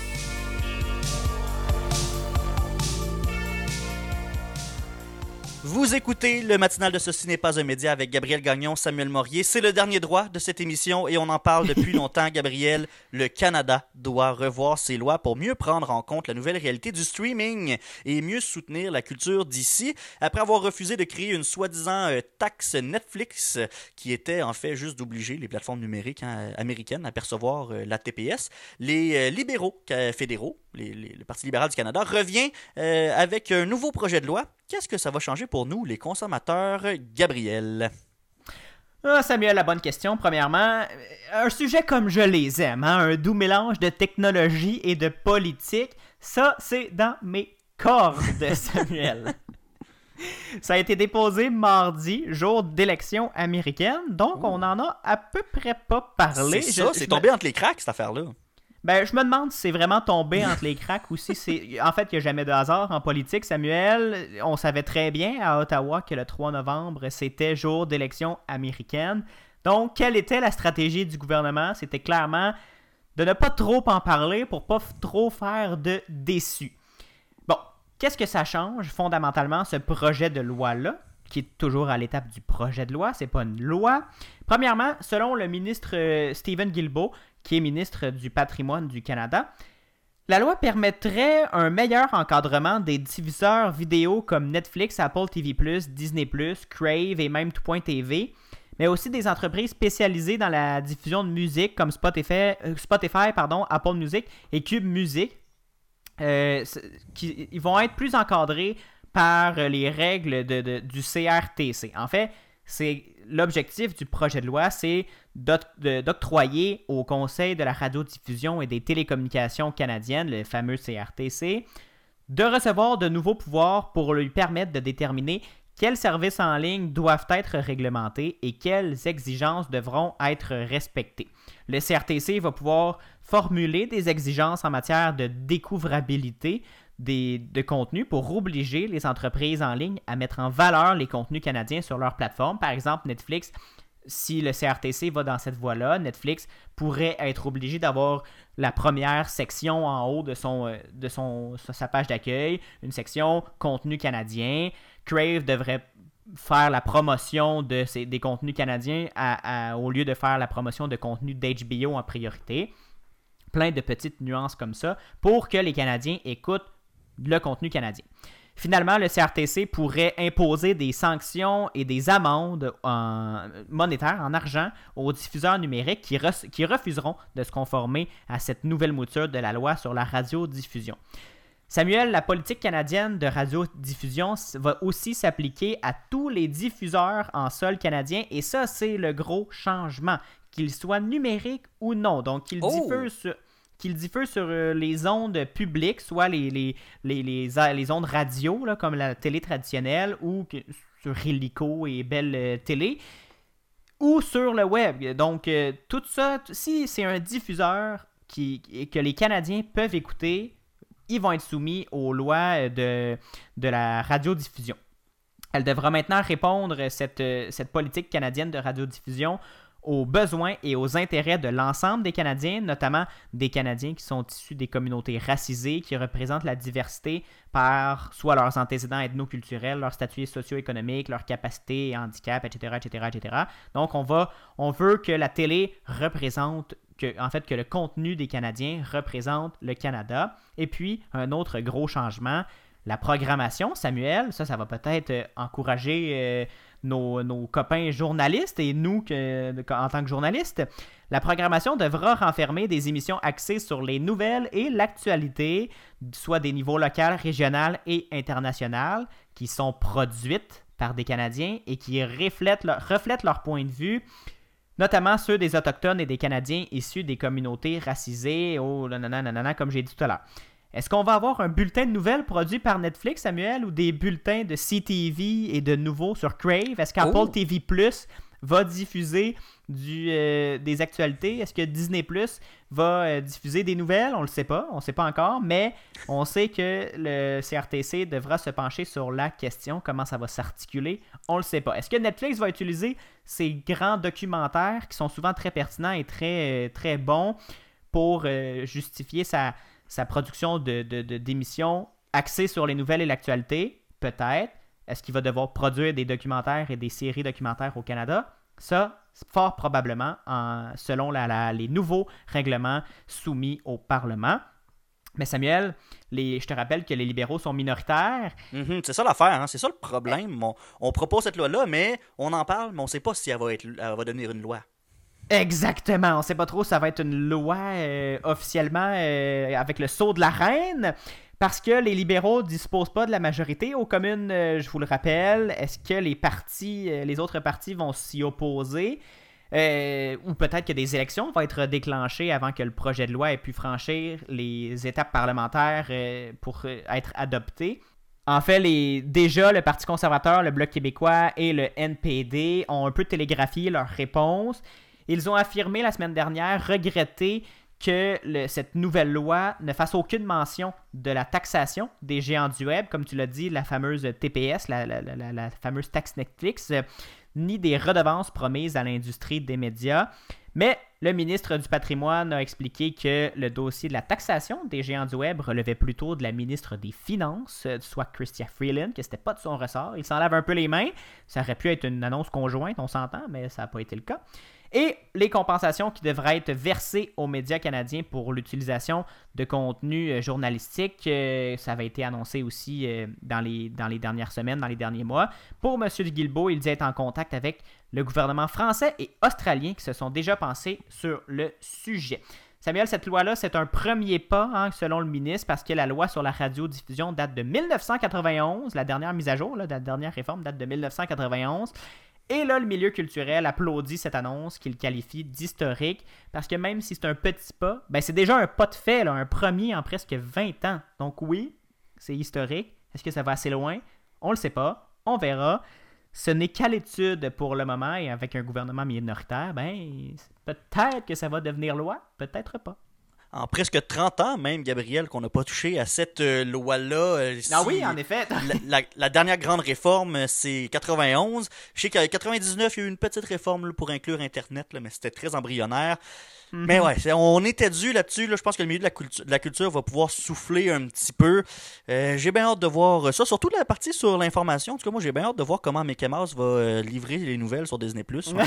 Vous écoutez le matinal de Ceci n'est pas un média avec Gabriel Gagnon, Samuel Morier. C'est le dernier droit de cette émission et on en parle depuis longtemps, Gabriel. Le Canada doit revoir ses lois pour mieux prendre en compte la nouvelle réalité du streaming et mieux soutenir la culture d'ici. Après avoir refusé de créer une soi-disant taxe Netflix qui était en fait juste d'obliger les plateformes numériques américaines à percevoir la TPS, les libéraux fédéraux, le Parti libéral du Canada, revient avec un nouveau projet de loi. Qu'est-ce que ça va changer pour nous, les consommateurs, Gabriel? Samuel, la bonne question. Premièrement, un sujet comme je les aime, un doux mélange de technologie et de politique, ça, c'est dans mes cordes, Samuel. Ça a été déposé mardi, jour d'élection américaine, donc on en a à peu près pas parlé. C'est ça, c'est tombé entre les cracks, cette affaire-là. Ben, je me demande si c'est vraiment tombé entre les cracks ou si c'est... En fait, il n'y a jamais de hasard en politique, Samuel. On savait très bien à Ottawa que le 3 novembre, c'était jour d'élection américaine. Donc, quelle était la stratégie du gouvernement? C'était clairement de ne pas trop en parler pour pas trop faire de déçus. Bon, qu'est-ce que ça change fondamentalement, ce projet de loi-là, qui est toujours à l'étape du projet de loi, c'est pas une loi. Premièrement, selon le ministre Stephen Guilbeault, qui est ministre du Patrimoine du Canada, la loi permettrait un meilleur encadrement des diffuseurs vidéo comme Netflix, Apple TV+, Disney+, Crave et même Tout.tv, mais aussi des entreprises spécialisées dans la diffusion de musique comme Spotify, Apple Music et Cube Music. Ils vont être plus encadrés par les règles du CRTC. En fait, l'objectif du projet de loi, c'est d'octroyer au Conseil de la radiodiffusion et des télécommunications canadiennes, le fameux CRTC, de recevoir de nouveaux pouvoirs pour lui permettre de déterminer quels services en ligne doivent être réglementés et quelles exigences devront être respectées. Le CRTC va pouvoir formuler des exigences en matière de découvrabilité de contenus pour obliger les entreprises en ligne à mettre en valeur les contenus canadiens sur leur plateforme. Par exemple, Netflix, si le CRTC va dans cette voie-là, Netflix pourrait être obligé d'avoir la première section en haut de sa page d'accueil, une section contenu canadien. Crave devrait faire la promotion des contenus canadiens au lieu de faire la promotion de contenus d'HBO en priorité. Plein de petites nuances comme ça pour que les Canadiens écoutent le contenu canadien. Finalement, le CRTC pourrait imposer des sanctions et des amendes monétaires, en argent, aux diffuseurs numériques qui refuseront de se conformer à cette nouvelle mouture de la loi sur la radiodiffusion. Samuel, la politique canadienne de radiodiffusion va aussi s'appliquer à tous les diffuseurs en sol canadien, et ça, c'est le gros changement, qu'ils soient numériques ou non. Donc, qu'ils diffusent sur les ondes publiques, soit les ondes radio, là, comme la télé traditionnelle, ou sur Illico et Bell Télé, ou sur le web. Donc, tout ça, si c'est un diffuseur que les Canadiens peuvent écouter, ils vont être soumis aux lois de la radiodiffusion. Elle devra maintenant répondre, cette politique canadienne de radiodiffusion, aux besoins et aux intérêts de l'ensemble des Canadiens, notamment des Canadiens qui sont issus des communautés racisées, qui représentent la diversité par soit leurs antécédents ethno-culturels, leur statut socio-économique, leur capacité et handicap, etc., etc., etc. Donc, on veut que la télé représente, que le contenu des Canadiens représente le Canada. Et puis, un autre gros changement, la programmation, Samuel, ça va peut-être encourager nos copains journalistes et nous en tant que journalistes. La programmation devra renfermer des émissions axées sur les nouvelles et l'actualité, soit des niveaux local, régional et international, qui sont produites par des Canadiens et qui reflètent leur point de vue, notamment ceux des Autochtones et des Canadiens issus des communautés racisées, comme j'ai dit tout à l'heure. Est-ce qu'on va avoir un bulletin de nouvelles produit par Netflix, Samuel, ou des bulletins de CTV et de nouveaux sur Crave? Est-ce qu'Apple TV Plus va diffuser des actualités? Est-ce que Disney Plus va diffuser des nouvelles? On ne le sait pas, on ne sait pas encore, mais on sait que le CRTC devra se pencher sur la question, comment ça va s'articuler, on ne le sait pas. Est-ce que Netflix va utiliser ces grands documentaires qui sont souvent très pertinents et très, très bons pour justifier sa production d'émissions axées sur les nouvelles et l'actualité? Peut-être. Est-ce qu'il va devoir produire des documentaires et des séries documentaires au Canada? Ça, fort probablement, selon les nouveaux règlements soumis au Parlement. Mais Samuel, je te rappelle que les libéraux sont minoritaires. C'est ça l'affaire, hein? C'est ça le problème. On propose cette loi-là, mais on en parle, mais on ne sait pas si elle va devenir une loi. Exactement, on ne sait pas trop si ça va être une loi officiellement avec le sceau de la reine, parce que les libéraux ne disposent pas de la majorité aux communes, je vous le rappelle. Est-ce que les autres partis vont s'y opposer? Ou peut-être que des élections vont être déclenchées avant que le projet de loi ait pu franchir les étapes parlementaires pour être adopté. En fait, déjà, le Parti conservateur, le Bloc québécois et le NPD ont un peu télégraphié leur réponse. Ils ont affirmé la semaine dernière regretter que cette nouvelle loi ne fasse aucune mention de la taxation des géants du web, comme tu l'as dit, la fameuse TPS, la fameuse taxe Netflix, ni des redevances promises à l'industrie des médias. Mais le ministre du Patrimoine a expliqué que le dossier de la taxation des géants du web relevait plutôt de la ministre des Finances, soit Chrystia Freeland, que c'était pas de son ressort. Il s'en lave un peu les mains. Ça aurait pu être une annonce conjointe, on s'entend, mais ça n'a pas été le cas. Et les compensations qui devraient être versées aux médias canadiens pour l'utilisation de contenu journalistique, ça avait été annoncé aussi dans les dernières semaines, dans les derniers mois. Pour M. Guilbeault, il dit être en contact avec le gouvernement français et australien qui se sont déjà penchés sur le sujet. Samuel, cette loi-là, c'est un premier pas, selon le ministre, parce que la loi sur la radiodiffusion date de 1991. La dernière mise à jour, la dernière réforme date de 1991. Et là, le milieu culturel applaudit cette annonce qu'il qualifie d'historique, parce que même si c'est un petit pas, c'est déjà un pas de fait, un premier en presque 20 ans. Donc oui, c'est historique. Est-ce que ça va assez loin? On ne le sait pas. On verra. Ce n'est qu'à l'étude pour le moment, et avec un gouvernement minoritaire, peut-être que ça va devenir loi, peut-être pas. En presque 30 ans même, Gabriel, qu'on n'a pas touché à cette loi-là. Oui, en effet. La dernière grande réforme, c'est 91. Je sais qu'en 99, il y a eu une petite réforme pour inclure Internet, mais c'était très embryonnaire. Mm-hmm. Mais ouais, on était dû là-dessus. Je pense que le milieu de la culture va pouvoir souffler un petit peu. J'ai bien hâte de voir ça, surtout la partie sur l'information. En tout cas, moi, j'ai bien hâte de voir comment Mickey Mouse va livrer les nouvelles sur Disney+.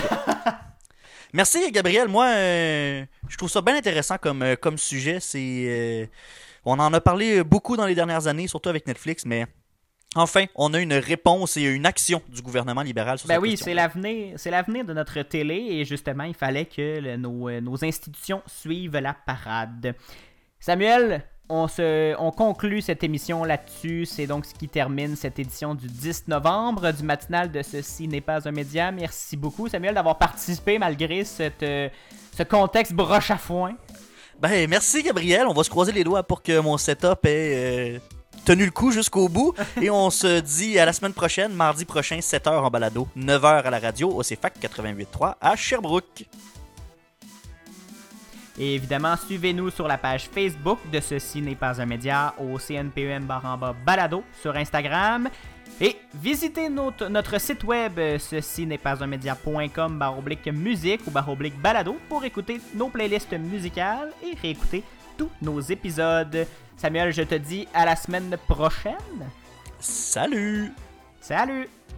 Merci, Gabriel. Moi, je trouve ça bien intéressant comme sujet. On en a parlé beaucoup dans les dernières années, surtout avec Netflix, mais Enfin, on a une réponse et une action du gouvernement libéral sur cette question. C'est l'avenir de notre télé et justement, il fallait que nos institutions suivent la parade. Samuel, on conclut cette émission là-dessus. C'est donc ce qui termine cette édition du 10 novembre du matinal de Ceci n'est pas un média. Merci beaucoup, Samuel, d'avoir participé malgré ce contexte broche à foin. Ben, merci, Gabriel. On va se croiser les doigts pour que mon setup ait tenu le coup jusqu'au bout. Et on se dit à la semaine prochaine, mardi prochain, 7h en balado, 9h à la radio, au CFAC 88.3 à Sherbrooke. Et évidemment, suivez-nous sur la page Facebook de Ceci n'est pas un média, au CNPEM/balado sur Instagram. Et visitez notre site web, ceci n'est pas un média.com/musique ou /balado pour écouter nos playlists musicales et réécouter tous nos épisodes. Samuel, je te dis à la semaine prochaine. Salut! Salut!